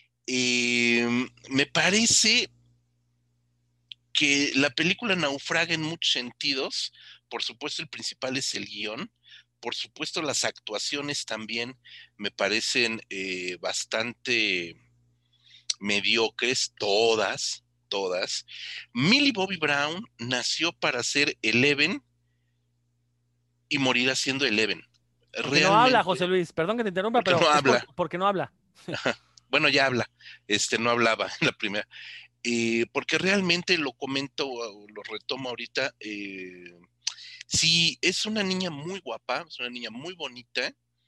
me parece que la película naufraga en muchos sentidos. Por supuesto, el principal es el guión. Por supuesto, las actuaciones también me parecen bastante mediocres, todas. Millie Bobby Brown nació para ser Eleven y morirá siendo Eleven. Porque no habla, José Realmente, Luis, perdón que te interrumpa, porque pero no es habla. porque no habla. Bueno, ya habla, no hablaba en la primera. Porque realmente lo comento, lo retomo ahorita, sí, es una niña muy guapa, es una niña muy bonita.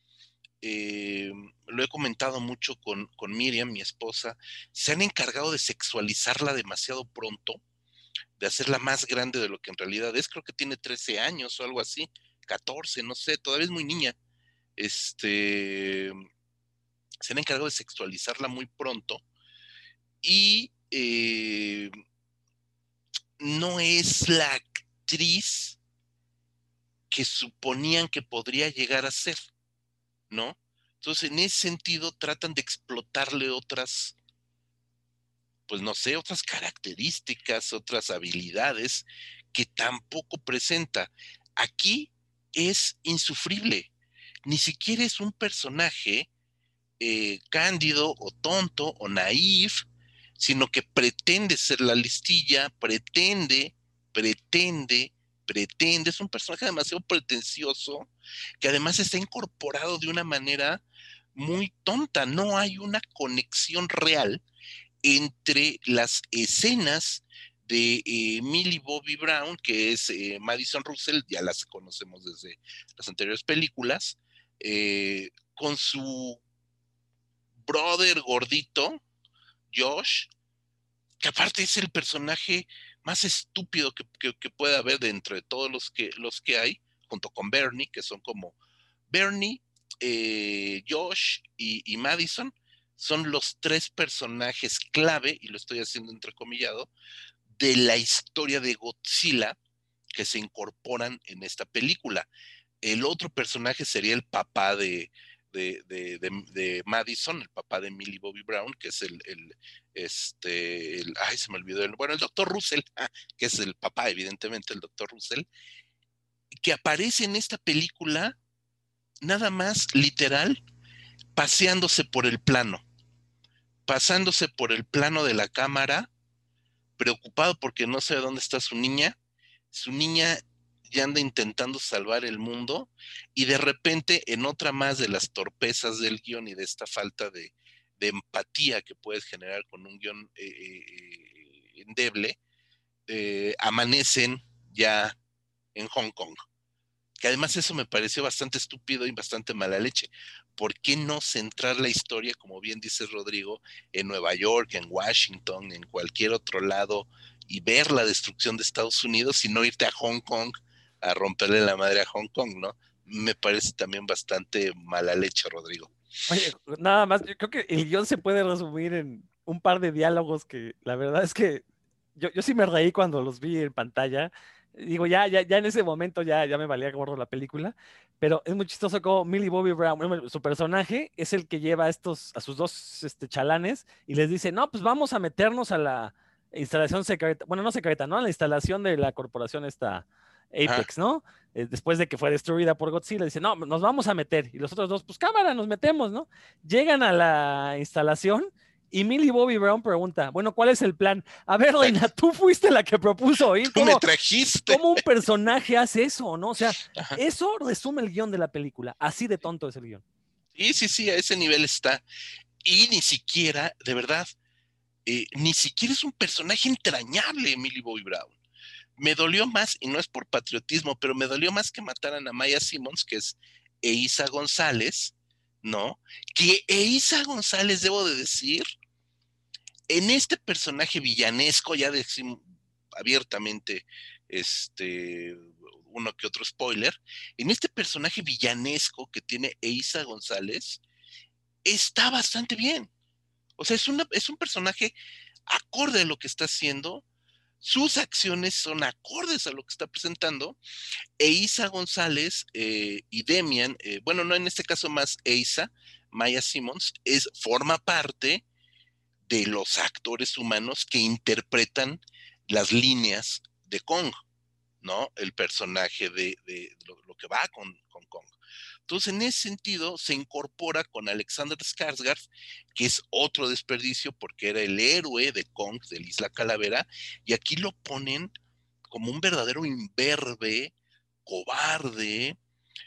Lo he comentado mucho con Miriam, mi esposa. Se han encargado de sexualizarla demasiado pronto, de hacerla más grande de lo que en realidad es. Creo que tiene 13 años o algo así, 14, no sé, todavía es muy niña. Se han encargado de sexualizarla muy pronto y no es la actriz que suponían que podría llegar a ser, ¿no? Entonces, en ese sentido, tratan de explotarle otras, pues no sé, otras características, otras habilidades que tampoco presenta. Aquí es insufrible. Ni siquiera es un personaje cándido o tonto o naif, sino que pretende ser la listilla, pretende, es un personaje demasiado pretencioso, que además está incorporado de una manera muy tonta. No hay una conexión real entre las escenas de Millie Bobby Brown, que es Madison Russell, ya las conocemos desde las anteriores películas, con su brother gordito, Josh, que aparte es el personaje más estúpido que puede haber dentro de todos los que hay, junto con Bernie, que son como Bernie, Josh y Madison, son los tres personajes clave, y lo estoy haciendo entrecomillado, de la historia de Godzilla que se incorporan en esta película. El otro personaje sería el papá de Madison, el papá de Millie Bobby Brown, que es ay, se me olvidó, el doctor Russell, que es el papá, evidentemente, el doctor Russell, que aparece en esta película nada más literal pasándose por el plano de la cámara, preocupado porque no sabe dónde está su niña ya anda intentando salvar el mundo y de repente en otra más de las torpezas del guión y de esta falta de empatía que puedes generar con un guión endeble, amanecen ya en Hong Kong. Que además eso me pareció bastante estúpido y bastante mala leche. ¿Por qué no centrar la historia, como bien dice Rodrigo, en Nueva York, en Washington, en cualquier otro lado y ver la destrucción de Estados Unidos y no irte a Hong Kong a romperle la madre a Hong Kong, ¿no? Me parece también bastante mala leche, Rodrigo. Oye, nada más, yo creo que el guión se puede resumir en un par de diálogos que la verdad es que yo sí me reí cuando los vi en pantalla. Digo, ya en ese momento ya me valía gorro la película, pero es muy chistoso como Millie Bobby Brown, bueno, su personaje es el que lleva a sus dos chalanes y les dice, no, pues vamos a meternos a la instalación secreta, bueno, no secreta, ¿no? A la instalación de la corporación esta Ajá. Apex, ¿no? Después de que fue destruida por Godzilla, dice, no, nos vamos a meter. Y los otros dos, pues cámara, nos metemos, ¿no? Llegan a la instalación y Millie Bobby Brown pregunta, bueno, ¿cuál es el plan? A ver, Reina, tú fuiste la que propuso ir, Tú me ¿cómo? trajiste. ¿Cómo un personaje hace eso, no? O sea, Ajá. eso resume el guión de la película. Así de tonto es el guión. Sí, a ese nivel está. Y ni siquiera, de verdad, ni siquiera es un personaje entrañable, Millie Bobby Brown. Me dolió más, y no es por patriotismo, pero me dolió más que mataran a Maya Simmons, que es Eiza González, ¿no? Que Eiza González, debo de decir, en este personaje villanesco, ya decimos abiertamente, uno que otro spoiler, en este personaje villanesco que tiene Eiza González, está bastante bien. O sea, es un personaje acorde a lo que está haciendo, sus acciones son acordes a lo que está presentando, e Isa González y Demian, bueno, no en este caso más Eiza, Maya Simmons, forma parte de los actores humanos que interpretan las líneas de Kong, ¿no? El personaje de lo que va con Kong. Entonces, en ese sentido, se incorpora con Alexander Skarsgård, que es otro desperdicio porque era el héroe de Kong, de la Isla Calavera, y aquí lo ponen como un verdadero imberbe, cobarde,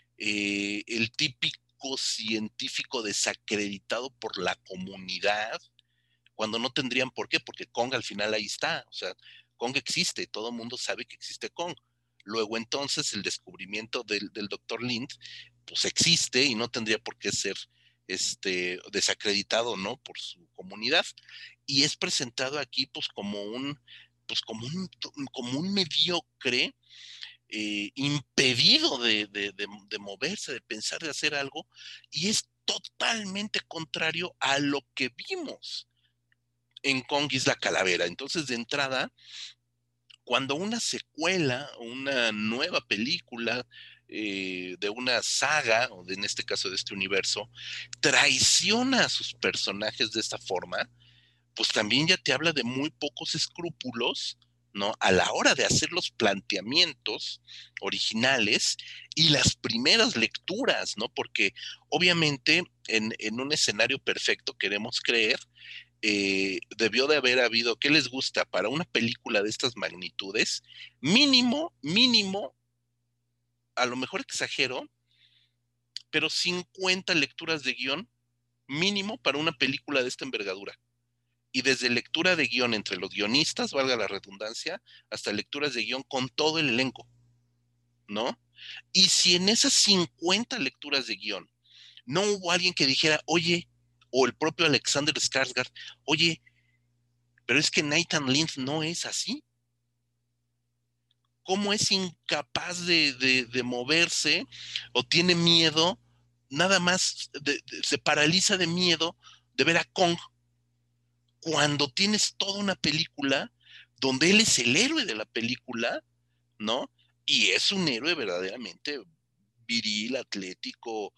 el típico científico desacreditado por la comunidad, cuando no tendrían por qué, porque Kong al final ahí está, o sea, Kong existe, todo el mundo sabe que existe Kong. Luego entonces el descubrimiento del Dr. Lind, pues existe y no tendría por qué ser desacreditado, ¿no? Por su comunidad. Y es presentado aquí pues como un mediocre, impedido de moverse, de pensar, de hacer algo, y es totalmente contrario a lo que vimos en Kong Isla Calavera. Entonces, de entrada, cuando una secuela, una nueva película de una saga, o en este caso de este universo, traiciona a sus personajes de esta forma, pues también ya te habla de muy pocos escrúpulos, ¿no? A la hora de hacer los planteamientos originales y las primeras lecturas, ¿no? Porque obviamente en un escenario perfecto queremos creer, debió de haber habido, ¿qué les gusta? Para una película de estas magnitudes, mínimo, a lo mejor exagero, pero 50 lecturas de guión mínimo para una película de esta envergadura. Y desde lectura de guión entre los guionistas, valga la redundancia, hasta lecturas de guión con todo el elenco, ¿no? Y si en esas 50 lecturas de guión no hubo alguien que dijera, oye, o el propio Alexander Skarsgård, oye, pero es que Nathan Lind no es así. ¿Cómo es incapaz de moverse o tiene miedo? Nada más se paraliza de miedo de ver a Kong cuando tienes toda una película donde él es el héroe de la película, ¿no? Y es un héroe verdaderamente viril, atlético,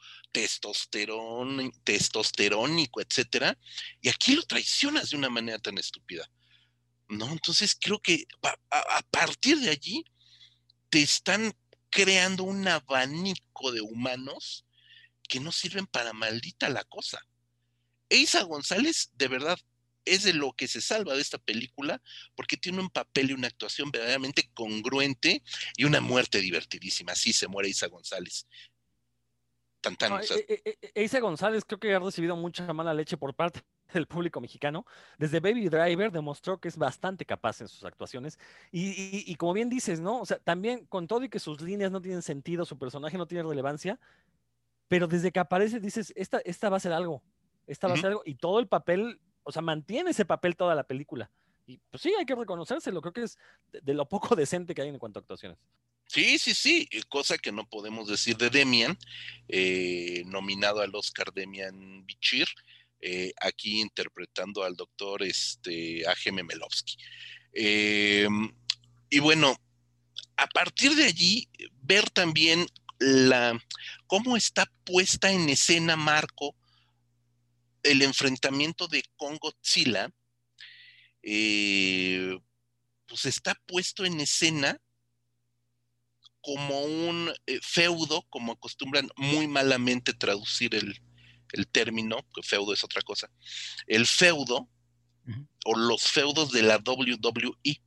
testosterónico, etcétera. Y aquí lo traicionas de una manera tan estúpida, ¿no? Entonces creo que a partir de allí te están creando un abanico de humanos que no sirven para maldita la cosa. Eiza González, de verdad, es de lo que se salva de esta película porque tiene un papel y una actuación verdaderamente congruente y una muerte divertidísima. Así se muere Eiza González. Tantán, No, o sea, Eiza González creo que ha recibido mucha mala leche por parte del público mexicano. Desde Baby Driver demostró que es bastante capaz en sus actuaciones. Y como bien dices, ¿no? O sea, también con todo y que sus líneas no tienen sentido, su personaje no tiene relevancia, pero desde que aparece dices, esta va a ser algo, esta va a uh-huh. ser algo, y todo el papel, o sea, mantiene ese papel toda la película. Y pues sí, hay que reconocérselo, creo que es de lo poco decente que hay en cuanto a actuaciones. Sí, cosa que no podemos decir de Demian, nominado al Oscar Demian Bichir, aquí interpretando al doctor A.G.M. Melovsky. Y bueno, A partir de allí, ver también cómo está puesta en escena, Marco, el enfrentamiento de Kong Godzilla, pues está puesto en escena como un feudo, como acostumbran muy malamente traducir el término, que feudo es otra cosa, el feudo o los feudos de la WWE.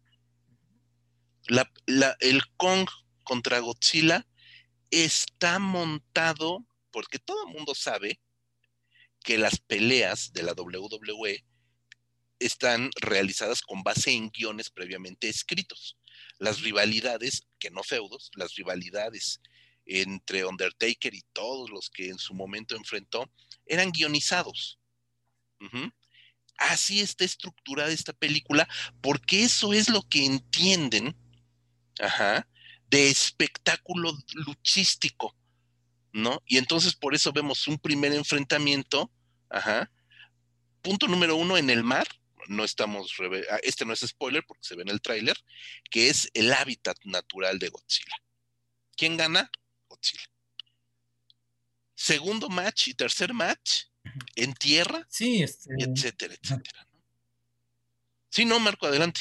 El Kong contra Godzilla está montado, porque todo el mundo sabe que las peleas de la WWE están realizadas con base en guiones previamente escritos. Las rivalidades, que no feudos, las rivalidades entre Undertaker y todos los que en su momento enfrentó, eran guionizados. Uh-huh. Así está estructurada esta película, porque eso es lo que entienden, ajá, de espectáculo luchístico, ¿no? Y entonces por eso vemos un primer enfrentamiento, ajá. Punto número 1, en el mar. No estamos, este no es spoiler porque se ve en el tráiler, que es el hábitat natural de Godzilla. ¿Quién gana? Godzilla. Segundo match y tercer match en tierra, sí, etcétera, etcétera. Sí, no, Marco, adelante.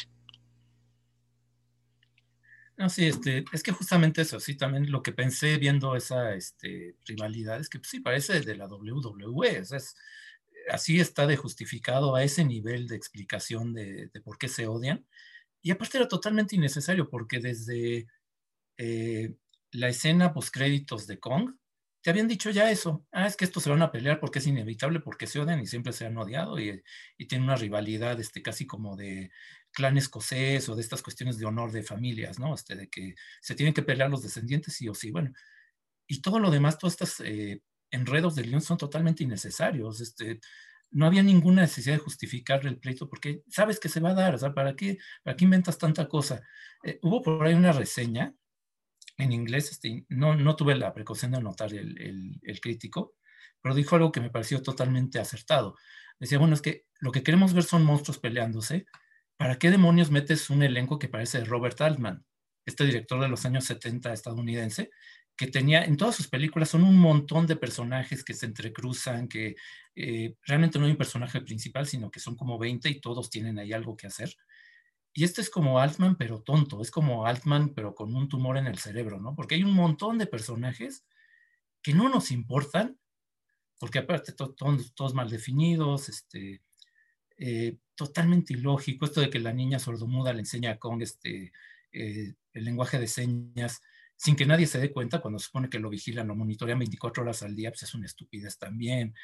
No, sí, es que justamente eso, sí, también lo que pensé viendo esa rivalidad es que pues, sí, parece de la WWE, o sea, así está de justificado a ese nivel de explicación de por qué se odian. Y aparte era totalmente innecesario porque desde la escena postcréditos de Kong, te habían dicho ya eso. Ah, es que estos se van a pelear porque es inevitable, porque se odian y siempre se han odiado y tienen una rivalidad casi como de clan escocés o de estas cuestiones de honor de familias, ¿no? De que se tienen que pelear los descendientes sí o sí. Bueno, y todo lo demás, todos estos enredos de guión son totalmente innecesarios. No había ninguna necesidad de justificar el pleito porque sabes que se va a dar, o sea, ¿para qué inventas tanta cosa? Hubo por ahí una reseña en inglés, no tuve la precaución de anotar el crítico, pero dijo algo que me pareció totalmente acertado. Decía, bueno, es que lo que queremos ver son monstruos peleándose. ¿Para qué demonios metes un elenco que parece de Robert Altman, este director de los años 70 estadounidense, que tenía en todas sus películas son un montón de personajes que se entrecruzan, que realmente no hay un personaje principal, sino que son como 20 y todos tienen ahí algo que hacer? Y es como Altman, pero tonto, es como Altman, pero con un tumor en el cerebro, ¿no? Porque hay un montón de personajes que no nos importan, porque aparte todos mal definidos, totalmente ilógico, esto de que la niña sordomuda le enseña a Kong el lenguaje de señas, sin que nadie se dé cuenta, cuando se supone que lo vigilan, lo monitorean 24 horas al día, pues es una estupidez también.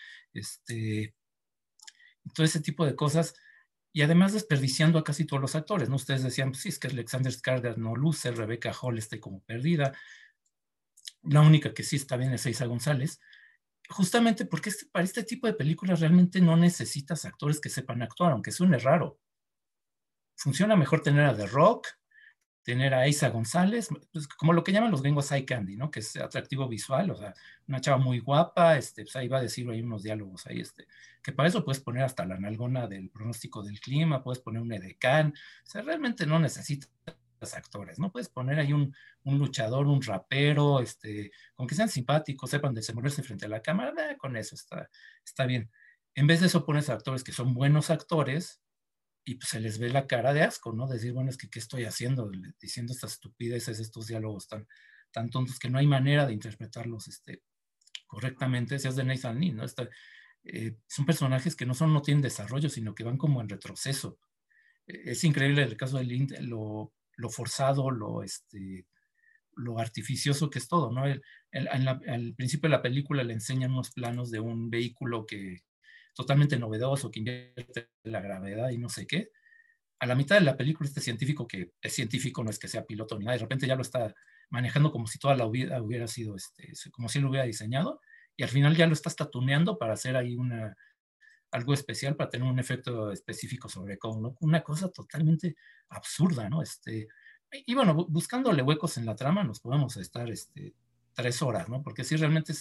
Todo ese tipo de cosas, y además desperdiciando a casi todos los actores, ¿no? Ustedes decían, pues sí, es que Alexander Skarsgård no luce, Rebecca Hall está como perdida, la única que sí está bien es Eiza González, justamente porque para este tipo de películas realmente no necesitas actores que sepan actuar, aunque suene raro. Funciona mejor tener a The Rock, tener a Eiza González, pues como lo que llaman los gringos eye candy, ¿no? Que es atractivo visual, o sea, una chava muy guapa, pues ahí va a decir, hay unos diálogos ahí, que para eso puedes poner hasta la nalgona del pronóstico del clima, puedes poner un edecán, o sea, realmente no necesitas actores, ¿no? Puedes poner ahí un luchador, un rapero, con que sean simpáticos, sepan desenvolverse frente a la cámara, con eso está bien. En vez de eso pones a actores que son buenos actores, y pues se les ve la cara de asco, ¿no? Decir, bueno, es que ¿qué estoy haciendo? Diciendo estas estupideces, estos diálogos tan tontos que no hay manera de interpretarlos correctamente, seas de Nathan Lee, ¿no? Son personajes que no tienen desarrollo, sino que van como en retroceso. Es increíble el caso de Lind, lo forzado, lo artificioso que es todo, ¿no? Al principio de la película le enseñan unos planos de un vehículo que totalmente novedoso, que invierte la gravedad y no sé qué. A la mitad de la película este científico, que es científico, no es que sea piloto ni nada, de repente ya lo está manejando como si toda la vida hubiera sido, como si él lo hubiera diseñado, y al final ya lo está tuneando para hacer ahí algo especial, para tener un efecto específico sobre Kong, ¿no? Una cosa totalmente absurda, ¿no? Y bueno, buscándole huecos en la trama nos podemos estar 3 horas, ¿no? Porque sí, realmente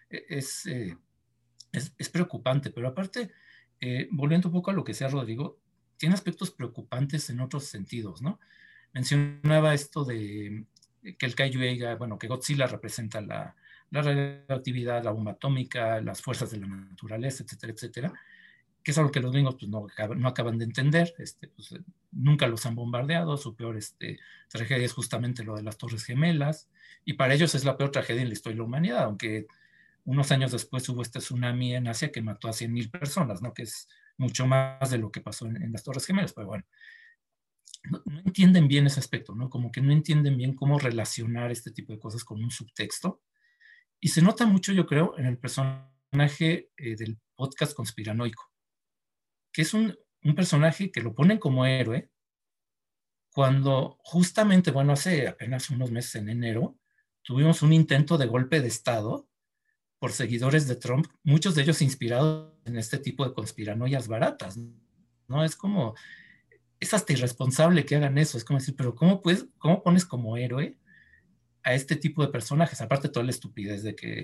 es preocupante, pero aparte, volviendo un poco a lo que decía Rodrigo, tiene aspectos preocupantes en otros sentidos, ¿no? Mencionaba esto de que el kaiju diga, bueno, que Godzilla representa la radioactividad, la bomba atómica, las fuerzas de la naturaleza, etcétera, etcétera, que es algo que los gringos pues, no acaban de entender. Pues, nunca los han bombardeado. Su peor tragedia es justamente lo de las Torres Gemelas, y para ellos es la peor tragedia en la historia de la humanidad, aunque unos años después hubo este tsunami en Asia que mató a 100,000 personas, ¿no? Que es mucho más de lo que pasó en las Torres Gemelas, pero bueno, no entienden bien ese aspecto, ¿no? Como que no entienden bien cómo relacionar este tipo de cosas con un subtexto. Y se nota mucho, yo creo, en el personaje del podcast conspiranoico, que es un personaje que lo ponen como héroe, cuando justamente, bueno, hace apenas unos meses, en enero, tuvimos un intento de golpe de Estado por seguidores de Trump, muchos de ellos inspirados en este tipo de conspiranoias baratas, ¿no? Es como, es hasta irresponsable que hagan eso, es como decir, pero ¿cómo pones como héroe a este tipo de personajes? Aparte toda la estupidez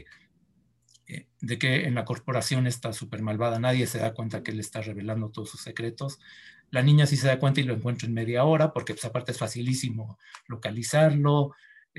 de que en la corporación está súper malvada, nadie se da cuenta que él está revelando todos sus secretos. La niña sí se da cuenta y lo encuentra en media hora, porque pues aparte es facilísimo localizarlo.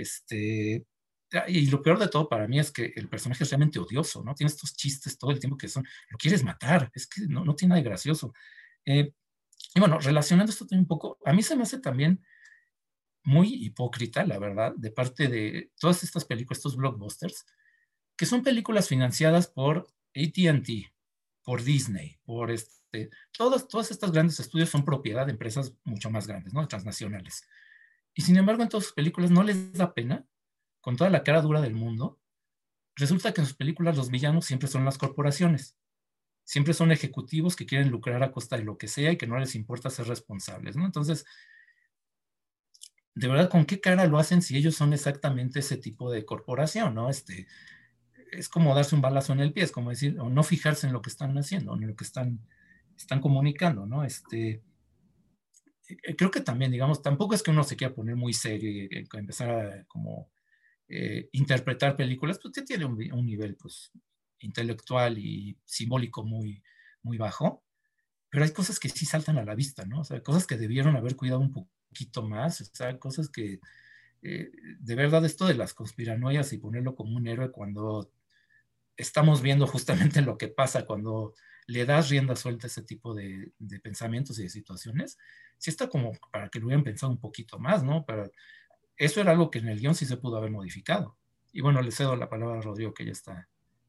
Y lo peor de todo para mí es que el personaje es realmente odioso, ¿no? Tiene estos chistes todo el tiempo que son, lo quieres matar, es que no tiene nada de gracioso. Y bueno, relacionando esto también un poco, a mí se me hace también muy hipócrita, la verdad, de parte de todas estas películas, estos blockbusters, que son películas financiadas por AT&T, por Disney, por todos estos grandes estudios son propiedad de empresas mucho más grandes, ¿no? Transnacionales. Y sin embargo, en todas sus películas no les da pena, con toda la cara dura del mundo. Resulta que en sus películas los villanos siempre son las corporaciones. Siempre son ejecutivos que quieren lucrar a costa de lo que sea y que no les importa ser responsables, ¿no? Entonces, de verdad, ¿con qué cara lo hacen si ellos son exactamente ese tipo de corporación, ¿no? Es como darse un balazo en el pie, es como decir, o no fijarse en lo que están haciendo, en lo que están comunicando, ¿no? Creo que también, digamos, tampoco es que uno se quiera poner muy serio y empezar a como interpretar películas, pues tiene un nivel, pues, intelectual y simbólico muy, muy bajo, pero hay cosas que sí saltan a la vista, ¿no? O sea, cosas que debieron haber cuidado un poquito más, o sea, cosas que, de verdad, esto de las conspiranoias y ponerlo como un héroe cuando estamos viendo justamente lo que pasa cuando le das rienda suelta a ese tipo de pensamientos y de situaciones, sí está como para que lo hubieran pensado un poquito más, ¿no? Eso era algo que en el guión sí se pudo haber modificado. Y bueno, le cedo la palabra a Rodrigo, que ya está.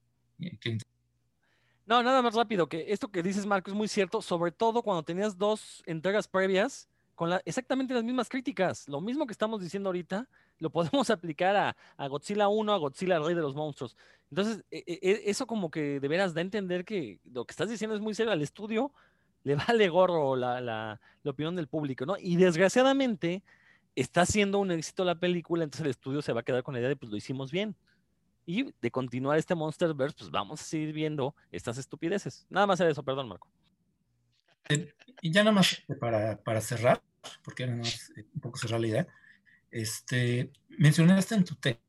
No, nada más rápido, que esto que dices, Marco, es muy cierto, sobre todo cuando tenías dos entregas previas con exactamente las mismas críticas. Lo mismo que estamos diciendo ahorita, lo podemos aplicar a Godzilla 1, a Godzilla, el rey de los monstruos. Entonces, eso como que de veras da a entender que lo que estás diciendo es muy serio. Al estudio le vale gorro la opinión del público, ¿no? Y desgraciadamente está siendo un éxito la película, entonces el estudio se va a quedar con la idea de, pues lo hicimos bien. Y de continuar este Monsterverse, pues vamos a seguir viendo estas estupideces. Nada más era eso, perdón, Marco. Y ya nada más para cerrar, porque era nada más un poco cerrar la idea, mencionaste en tu texto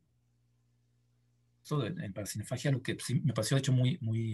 en Paracinefagia lo que sí, me pareció de hecho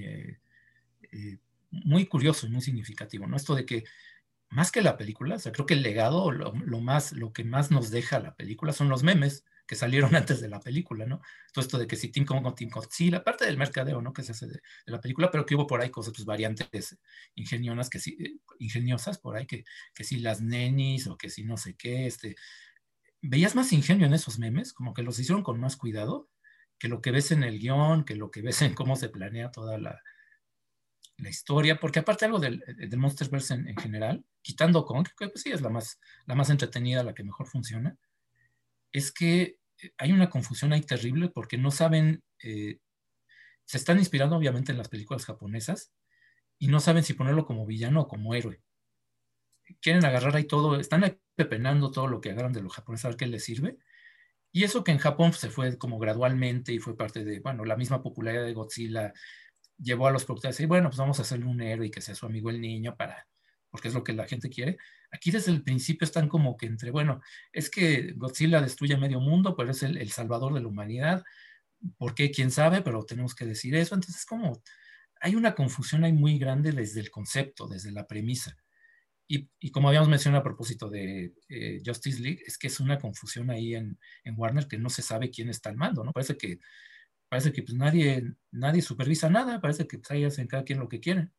muy curioso y muy significativo, ¿no? Esto de que más que la película, o sea, creo que el legado, lo que más nos deja la película son los memes que salieron antes de la película, ¿no? Todo esto de que si Team Kong o Team Godzilla, parte del mercadeo, ¿no? Que se hace de la película, pero que hubo por ahí cosas, pues variantes ingeniosas por ahí, que si las nenis o que si no sé qué, veías más ingenio en esos memes, como que los hicieron con más cuidado que lo que ves en el guión, que lo que ves en cómo se planea toda la historia, porque aparte algo del Monsterverse en general, quitando Kong, que pues sí es la más entretenida, la que mejor funciona, es que hay una confusión ahí terrible porque no saben, se están inspirando obviamente en las películas japonesas y no saben si ponerlo como villano o como héroe. Quieren agarrar ahí todo, están ahí pepenando todo lo que agarran de los japoneses a ver qué les sirve. Y eso que en Japón pues, se fue como gradualmente y fue parte de, bueno, la misma popularidad de Godzilla llevó a los productores a decir, bueno, pues vamos a hacerle un héroe y que sea su amigo el niño porque es lo que la gente quiere. Aquí desde el principio están como que entre, bueno, es que Godzilla destruye medio mundo, pero es el salvador de la humanidad. ¿Por qué? ¿Quién sabe? Pero tenemos que decir eso. Entonces, como hay una confusión ahí muy grande desde el concepto, desde la premisa. Y como habíamos mencionado a propósito de Justice League, es que es una confusión ahí en Warner que no se sabe quién está al mando, ¿no? Parece que pues nadie supervisa nada, parece que pues, ahí hacen cada quien lo que quiere.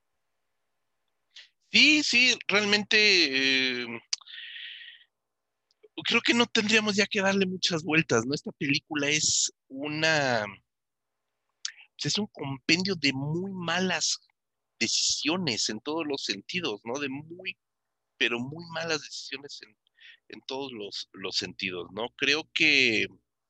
Sí, sí, realmente creo que no tendríamos ya que darle muchas vueltas, ¿no? Esta película pues es un compendio de muy malas decisiones en todos los sentidos, ¿no? Pero muy malas decisiones en todos los sentidos, ¿no? Creo que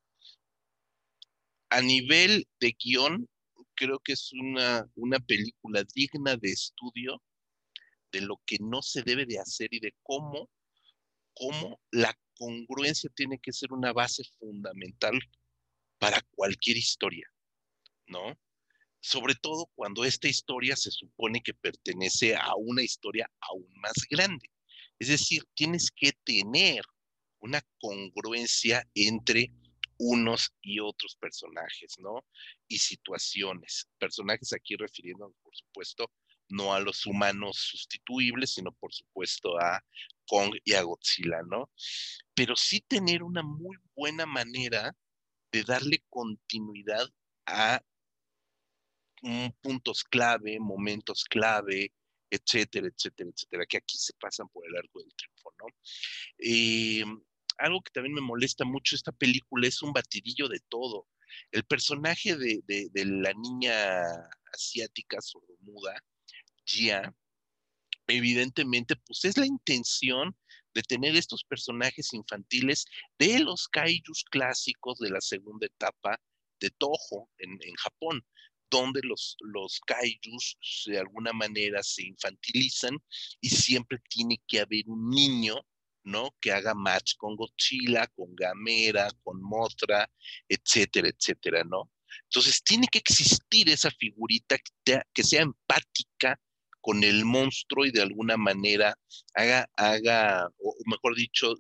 a nivel de guión, creo que es una película digna de estudio de lo que no se debe de hacer y de cómo la congruencia tiene que ser una base fundamental para cualquier historia, ¿no? Sobre todo cuando esta historia se supone que pertenece a una historia aún más grande. Es decir, tienes que tener una congruencia entre unos y otros personajes, ¿no? Y situaciones. Personajes aquí refiriéndonos, por supuesto, no a los humanos sustituibles, sino por supuesto a Kong y a Godzilla, ¿no? Pero sí tener una muy buena manera de darle continuidad a puntos clave, momentos clave, etcétera, etcétera, etcétera, que aquí se pasan por el arco del triunfo, ¿no? Eh, Algo que también me molesta mucho esta película es un batidillo de todo. El personaje de la niña asiática sordomuda, Jia, evidentemente, pues es la intención de tener estos personajes infantiles de los kaijus clásicos de la segunda etapa de Toho en Japón, donde los kaijus de alguna manera se infantilizan y siempre tiene que haber un niño, ¿no? Que haga match con Godzilla, con Gamera, con Mothra, etcétera, etcétera, ¿no? Entonces tiene que existir esa figurita que sea empática con el monstruo y de alguna manera o mejor dicho,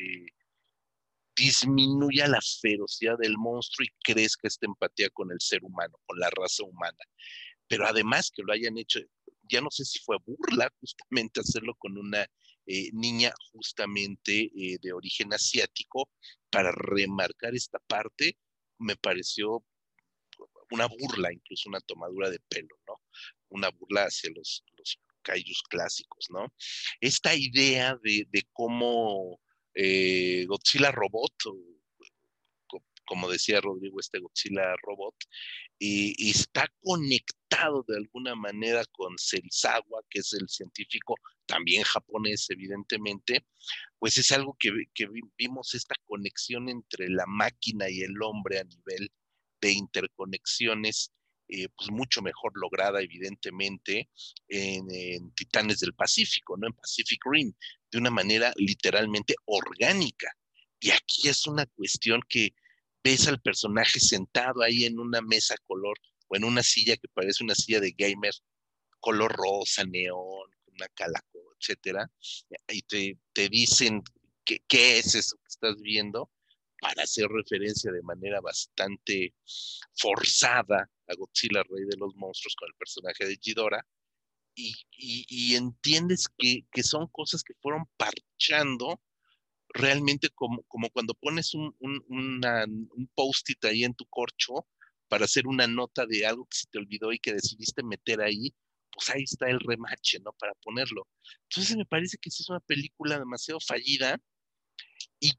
disminuya la ferocidad del monstruo y crezca esta empatía con el ser humano, con la raza humana. Pero además que lo hayan hecho, ya no sé si fue burla justamente hacerlo con una niña justamente de origen asiático para remarcar esta parte, me pareció una burla, incluso una tomadura de pelo, ¿no? Una burla hacia los kaijus clásicos, ¿no? Esta idea de cómo Godzilla Robot, como decía Rodrigo, este Godzilla Robot, y está conectado de alguna manera con Serizawa, que es el científico también japonés, evidentemente, pues es algo que vimos esta conexión entre la máquina y el hombre a nivel de interconexiones, pues mucho mejor lograda, evidentemente, en Titanes del Pacífico, ¿no? En Pacific Rim, de una manera literalmente orgánica. Y aquí es una cuestión que ves al personaje sentado ahí en una mesa color o en una silla que parece una silla de gamer, color rosa, neón, una calaco, etcétera, y te dicen qué es eso que estás viendo para hacer referencia de manera bastante forzada a Godzilla, rey de los monstruos, con el personaje de Ghidorah, y entiendes que son cosas que fueron parchando realmente como cuando pones un post-it ahí en tu corcho para hacer una nota de algo que se te olvidó y que decidiste meter ahí, pues ahí está el remache, ¿no? Para ponerlo. Entonces me parece que sí es una película demasiado fallida y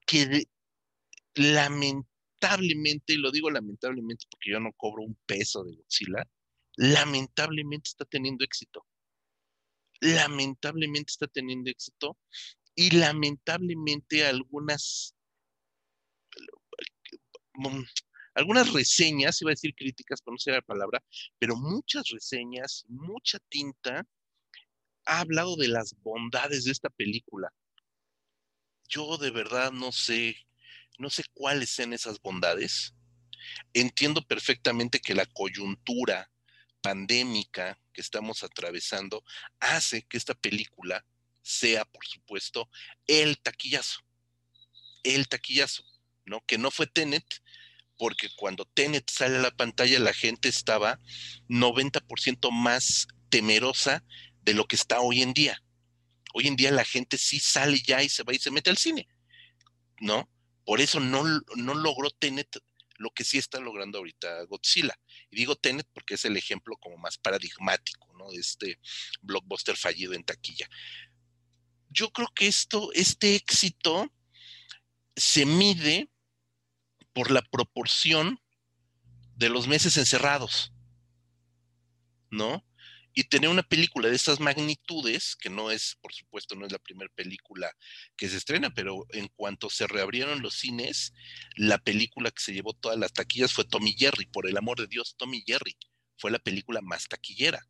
lamentablemente, y lo digo lamentablemente porque yo no cobro un peso de Godzilla, lamentablemente está teniendo éxito. Lamentablemente está teniendo éxito y lamentablemente mm, algunas reseñas, iba a decir críticas, pero no sé la palabra, pero muchas reseñas, mucha tinta ha hablado de las bondades de esta película. Yo de verdad no sé cuáles sean esas bondades. Entiendo perfectamente que la coyuntura pandémica que estamos atravesando hace que esta película sea, por supuesto, el taquillazo, el taquillazo, ¿no? Que no fue Tenet, porque cuando Tenet sale a la pantalla la gente estaba 90% más temerosa de lo que está hoy en día. Hoy en día la gente sí sale ya y se va y se mete al cine, ¿no? Por eso no logró Tenet lo que sí está logrando ahorita Godzilla. Y digo Tenet porque es el ejemplo como más paradigmático, ¿no? De este blockbuster fallido en taquilla. Yo creo que este éxito se mide por la proporción de los meses encerrados, ¿no? Y tener una película de estas magnitudes, que no es, por supuesto, no es la primera película que se estrena, pero en cuanto se reabrieron los cines, la película que se llevó todas las taquillas fue Tom y Jerry, por el amor de Dios, Tom y Jerry fue la película más taquillera.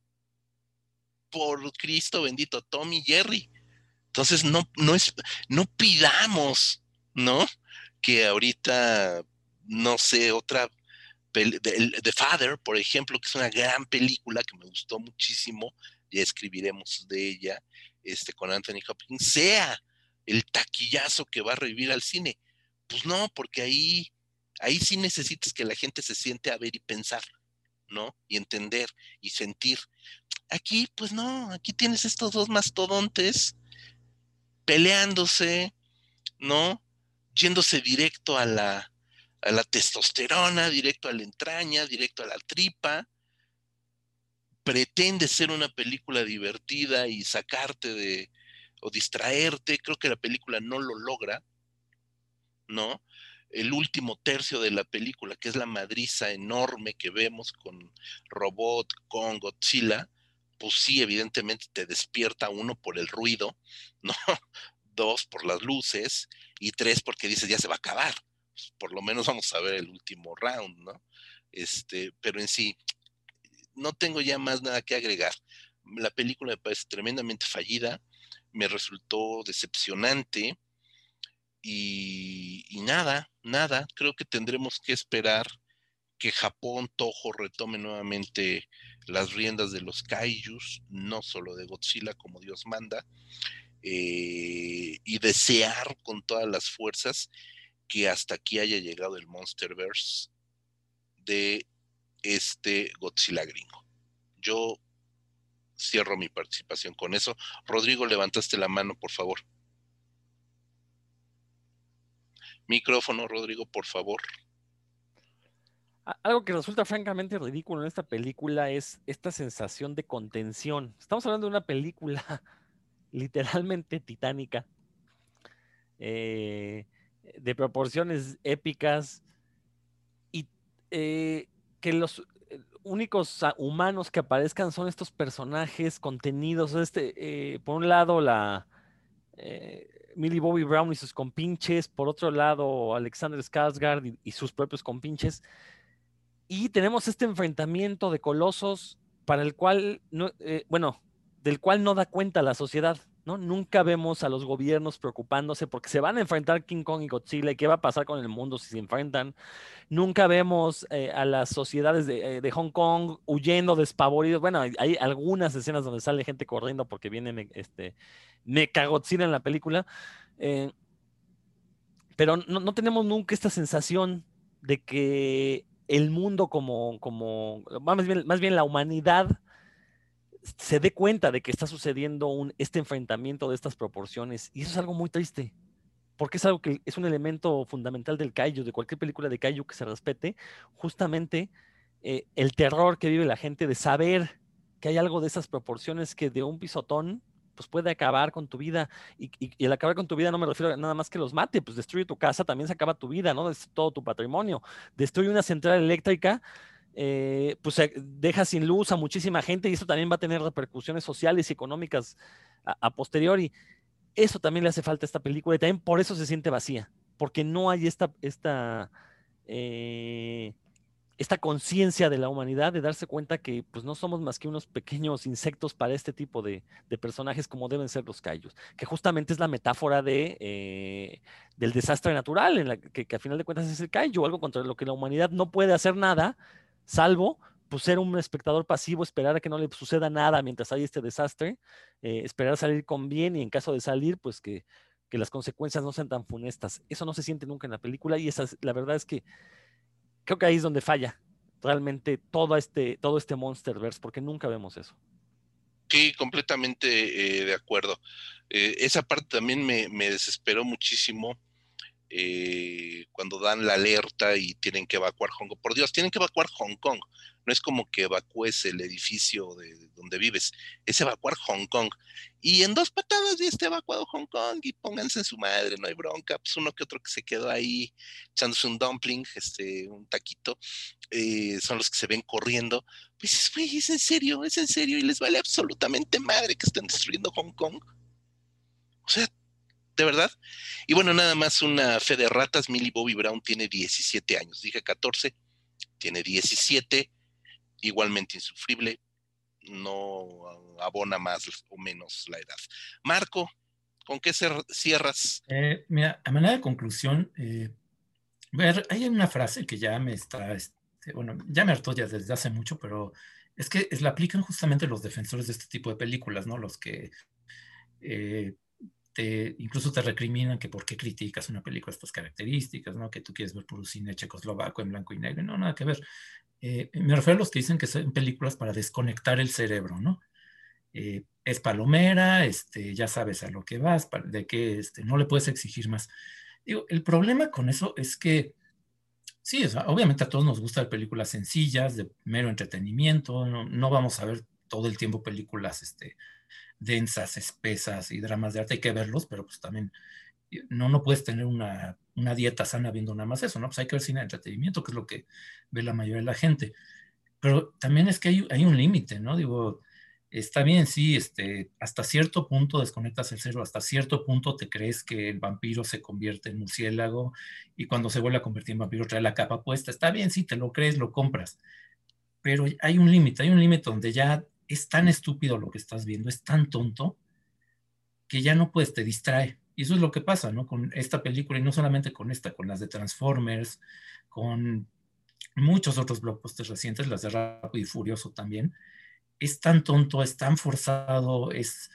Por Cristo bendito, Tom y Jerry. Entonces no pidamos, ¿no? Que ahorita, no sé, otra The Father, por ejemplo, que es una gran película que me gustó muchísimo, ya escribiremos de ella, con Anthony Hopkins, sea el taquillazo que va a revivir al cine. Pues no, porque ahí sí necesitas que la gente se siente a ver y pensar, ¿no? Y entender y sentir. Aquí, pues no, aquí tienes estos dos mastodontes peleándose, ¿no? Yéndose directo a la testosterona, directo a la entraña, directo a la tripa. Pretende ser una película divertida y sacarte o distraerte. Creo que la película no lo logra, ¿no? El último tercio de la película, que es la madriza enorme que vemos con Robot, con Godzilla, pues sí, evidentemente te despierta, uno, por el ruido, ¿no? Dos, por las luces, y tres, porque dices, ya se va a acabar. Pues por lo menos vamos a ver el último round, ¿no? Pero en sí, no tengo ya más nada que agregar. La película me parece tremendamente fallida, me resultó decepcionante, y nada, creo que tendremos que esperar que Japón, Toho, retome nuevamente las riendas de los kaijus, no solo de Godzilla como Dios manda, y desear con todas las fuerzas que hasta aquí haya llegado el Monsterverse de este Godzilla gringo. Yo cierro mi participación con eso. Rodrigo, levantaste la mano, por favor. Micrófono, Rodrigo, por favor. Algo que resulta francamente ridículo en esta película es esta sensación de contención. Estamos hablando de una película literalmente titánica, eh, de proporciones épicas, y que los únicos humanos que aparezcan son estos personajes contenidos. Por un lado, Millie Bobby Brown y sus compinches, por otro lado, Alexander Skarsgård y sus propios compinches. Y tenemos este enfrentamiento de colosos para el cual, no, bueno, del cual no da cuenta la sociedad, ¿no? Nunca vemos a los gobiernos preocupándose porque se van a enfrentar King Kong y Godzilla y qué va a pasar con el mundo si se enfrentan. Nunca vemos a las sociedades de Hong Kong huyendo despavoridos. Bueno, hay algunas escenas donde sale gente corriendo porque viene Mecha Godzilla en la película, eh, pero no tenemos nunca esta sensación de que el mundo más bien la humanidad se dé cuenta de que está sucediendo este enfrentamiento de estas proporciones. Y eso es algo muy triste, porque es algo que es un elemento fundamental del kaiju, de cualquier película de kaiju que se respete, justamente el terror que vive la gente de saber que hay algo de esas proporciones que de un pisotón pues puede acabar con tu vida. Y el acabar con tu vida no me refiero a nada más que los mate, pues destruye tu casa, también se acaba tu vida, ¿no? Es todo tu patrimonio. Destruye una central eléctrica, pues deja sin luz a muchísima gente, y eso también va a tener repercusiones sociales y económicas a posteriori. Eso también le hace falta a esta película, y también por eso se siente vacía, porque no hay eh, esta conciencia de la humanidad de darse cuenta que pues no somos más que unos pequeños insectos para este tipo de personajes como deben ser los kaijus, que justamente es la metáfora del desastre natural, que a final de cuentas es el kaiju, algo contra lo que la humanidad no puede hacer nada, salvo pues ser un espectador pasivo, esperar a que no le suceda nada mientras hay este desastre, esperar salir con bien, y en caso de salir, pues que las consecuencias no sean tan funestas. Eso no se siente nunca en la película, y la verdad es que creo que ahí es donde falla realmente todo este Monsterverse, porque nunca vemos eso. Sí, completamente de acuerdo. Esa parte también me desesperó muchísimo cuando dan la alerta y tienen que evacuar Hong Kong. Por Dios, tienen que evacuar Hong Kong. No es como que evacúes el edificio de donde vives, es evacuar Hong Kong. Y en 2 patadas ya está evacuado Hong Kong y pónganse en su madre, no hay bronca. Pues uno que otro que se quedó ahí echándose un dumpling, un taquito, son los que se ven corriendo. Pues, güey, es en serio, y les vale absolutamente madre que estén destruyendo Hong Kong. O sea, de verdad. Y bueno, nada más una fe de ratas, Millie Bobby Brown tiene 17 años, dije 14, tiene 17, igualmente insufrible, no abona más o menos la edad. Marco, ¿con qué cierras? Mira, a manera de conclusión, hay una frase que ya me está, bueno, ya me hartó ya desde hace mucho, pero es que la aplican justamente los defensores de este tipo de películas, ¿no? Los que eh, incluso te recriminan que por qué criticas una película de estas características, ¿no? Que tú quieres ver puro cine checoslovaco en blanco y negro, no, nada que ver. Me refiero a los que dicen que son películas para desconectar el cerebro, ¿no? Es palomera, ya sabes a lo que vas, de que no le puedes exigir más. Digo, el problema con eso es que, sí, o sea, obviamente a todos nos gustan películas sencillas, de mero entretenimiento, no, no vamos a ver todo el tiempo películas densas, espesas y dramas de arte, hay que verlos, pero pues también no puedes tener una dieta sana viendo nada más eso, ¿no? Pues hay que ver cine de entretenimiento, que es lo que ve la mayoría de la gente. Pero también es que hay un límite, ¿no? Digo, está bien, sí, hasta cierto punto desconectas el cerebro, hasta cierto punto te crees que el vampiro se convierte en murciélago y cuando se vuelve a convertir en vampiro trae la capa puesta. Está bien, sí, te lo crees, lo compras. Pero hay un límite donde ya es tan estúpido lo que estás viendo, es tan tonto que ya no puedes, te distrae. Y eso es lo que pasa, ¿no? Con esta película y no solamente con esta, con las de Transformers, con muchos otros blockbusters recientes, las de Rápido y Furioso también. Es tan tonto, es tan forzado,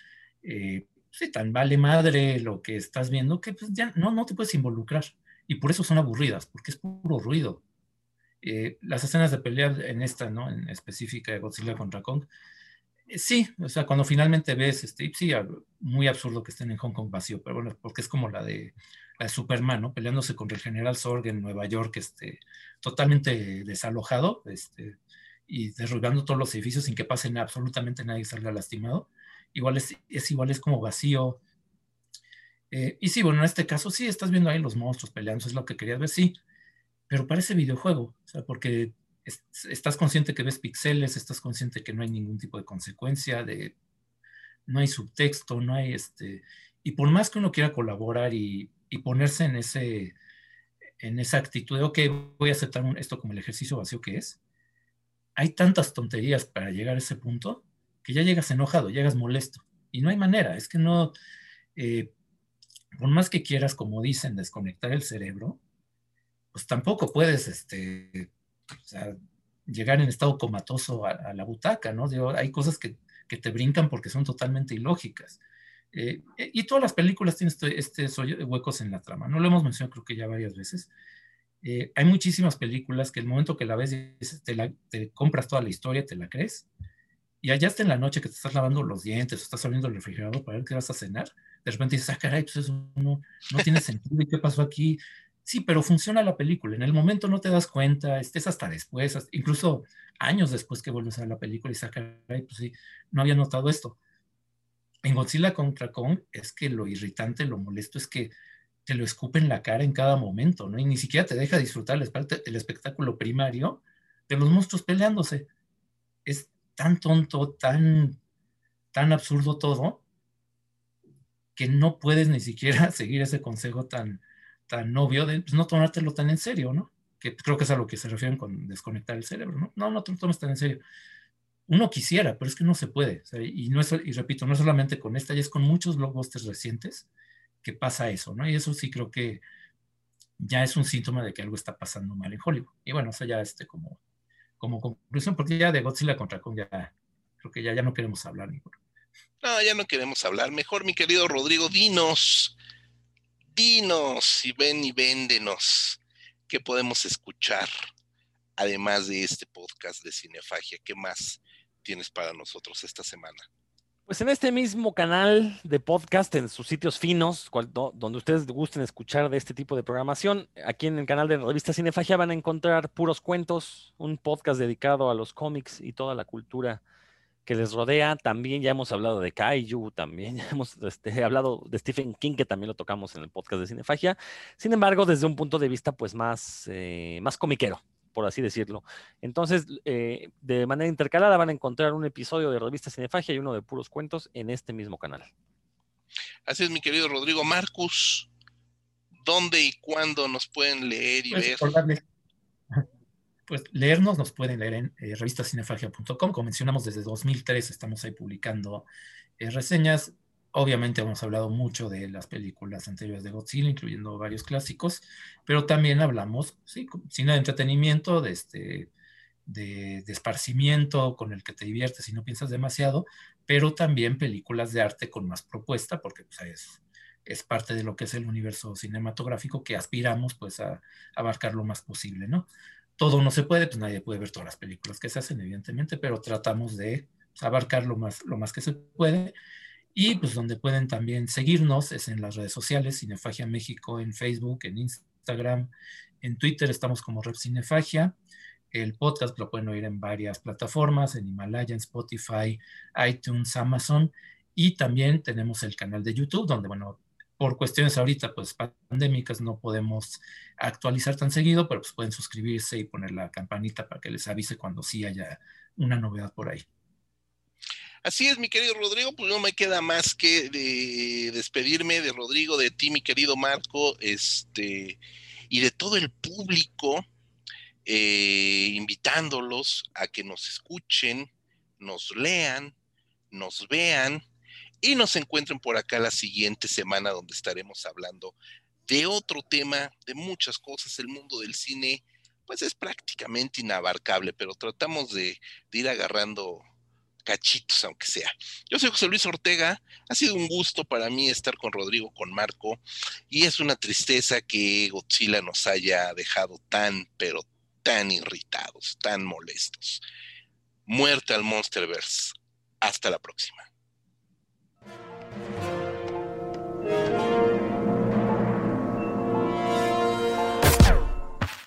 sí, tan vale madre lo que estás viendo que pues, ya no te puedes involucrar. Y por eso son aburridas, porque es puro ruido. Las escenas de pelea en esta, ¿no? En específica de Godzilla contra Kong, sí, o sea, cuando finalmente ves, sí, muy absurdo que estén en Hong Kong vacío, pero bueno, porque es como la de Superman, ¿no? Peleándose contra el general Sorg en Nueva York, totalmente desalojado, y derribando todos los edificios sin que pase absolutamente nadie salga lastimado. Igual igual es como vacío. Y sí, bueno, en este caso sí, estás viendo ahí los monstruos peleando, es lo que querías ver, sí, pero parece videojuego, o sea, porque estás consciente que ves pixeles, estás consciente que no hay ningún tipo de consecuencia, no hay subtexto, no hay y por más que uno quiera colaborar y ponerse en esa actitud de, ok, voy a aceptar esto como el ejercicio vacío que es, hay tantas tonterías para llegar a ese punto que ya llegas enojado, llegas molesto, y no hay manera, es que no, eh, por más que quieras, como dicen, desconectar el cerebro, pues tampoco puedes, o sea, llegar en estado comatoso a la butaca, ¿no? Digo, hay cosas que te brincan porque son totalmente ilógicas. Y todas las películas tienen huecos en la trama, ¿no? Lo hemos mencionado creo que ya varias veces. Hay muchísimas películas que el momento que la ves, te compras toda la historia, te la crees, y allá está en la noche que te estás lavando los dientes o estás abriendo el refrigerador para ver qué vas a cenar, de repente dices, ah, caray, pues eso no tiene sentido, ¿y qué pasó aquí? Sí, pero funciona la película, en el momento no te das cuenta, estés hasta después, incluso años después que vuelves a ver la película y dices, ah, caray, pues sí, no había notado esto. En Godzilla contra Kong es que lo irritante, lo molesto es que te lo escupe en la cara en cada momento, ¿no? Y ni siquiera te deja disfrutar el espectáculo primario de los monstruos peleándose. Es tan tonto, tan absurdo todo, que no puedes ni siquiera seguir ese consejo tan obvio de pues, no tomártelo tan en serio, ¿no? Que creo que es a lo que se refieren con desconectar el cerebro, ¿no? No te lo tomes tan en serio. Uno quisiera, pero es que no se puede. O sea, y repito, no solamente con esta, ya es con muchos blockbusters recientes que pasa eso, ¿no? Y eso sí creo que ya es un síntoma de que algo está pasando mal en Hollywood. Y bueno, eso ya como conclusión, porque ya de Godzilla contra Kong ya creo que ya no queremos hablar ninguno. No, ya no queremos hablar. Mejor, mi querido Rodrigo, dinos y ven y véndenos qué podemos escuchar, además de este podcast de Cinefagia. ¿Qué más tienes para nosotros esta semana? Pues en este mismo canal de podcast, en sus sitios finos, donde ustedes gusten escuchar de este tipo de programación, aquí en el canal de Revista Cinefagia van a encontrar Puros Cuentos, un podcast dedicado a los cómics y toda la cultura que les rodea. También ya hemos hablado de Kaiju, también ya hemos hablado de Stephen King, que también lo tocamos en el podcast de Cinefagia. Sin embargo, desde un punto de vista pues más comiquero, por así decirlo. Entonces, de manera intercalada van a encontrar un episodio de Revista Cinefagia y uno de Puros Cuentos en este mismo canal. Así es, mi querido Rodrigo Marcus. ¿Dónde y cuándo nos pueden leer y ver? Pues leernos nos pueden leer en revistacinefagia.com. Como mencionamos, desde 2003 estamos ahí publicando reseñas. Obviamente hemos hablado mucho de las películas anteriores de Godzilla, incluyendo varios clásicos, pero también hablamos, sí, cine de entretenimiento, de esparcimiento con el que te diviertes y no piensas demasiado, pero también películas de arte con más propuesta, porque pues, es parte de lo que es el universo cinematográfico que aspiramos pues a abarcar lo más posible, ¿no? Todo no se puede, pues nadie puede ver todas las películas que se hacen, evidentemente, pero tratamos de pues, abarcar lo más que se puede. Y pues donde pueden también seguirnos es en las redes sociales, Cinefagia México, en Facebook, en Instagram, en Twitter estamos como Rep Cinefagia. El podcast lo pueden oír en varias plataformas, en Himalaya, en Spotify, iTunes, Amazon. Y también tenemos el canal de YouTube, donde, bueno, por cuestiones ahorita, pues pandémicas, no podemos actualizar tan seguido, pero pues pueden suscribirse y poner la campanita para que les avise cuando sí haya una novedad por ahí. Así es, mi querido Rodrigo, pues no me queda más que despedirme de Rodrigo, de ti, mi querido Marco, y de todo el público, invitándolos a que nos escuchen, nos lean, nos vean y nos encuentren por acá la siguiente semana, donde estaremos hablando de otro tema, de muchas cosas. El mundo del cine pues es prácticamente inabarcable, pero tratamos de ir agarrando cachitos, aunque sea. Yo soy José Luis Ortega, ha sido un gusto para mí estar con Rodrigo, con Marco, y es una tristeza que Godzilla nos haya dejado tan, pero tan irritados, tan molestos. Muerte al Monsterverse. Hasta la próxima.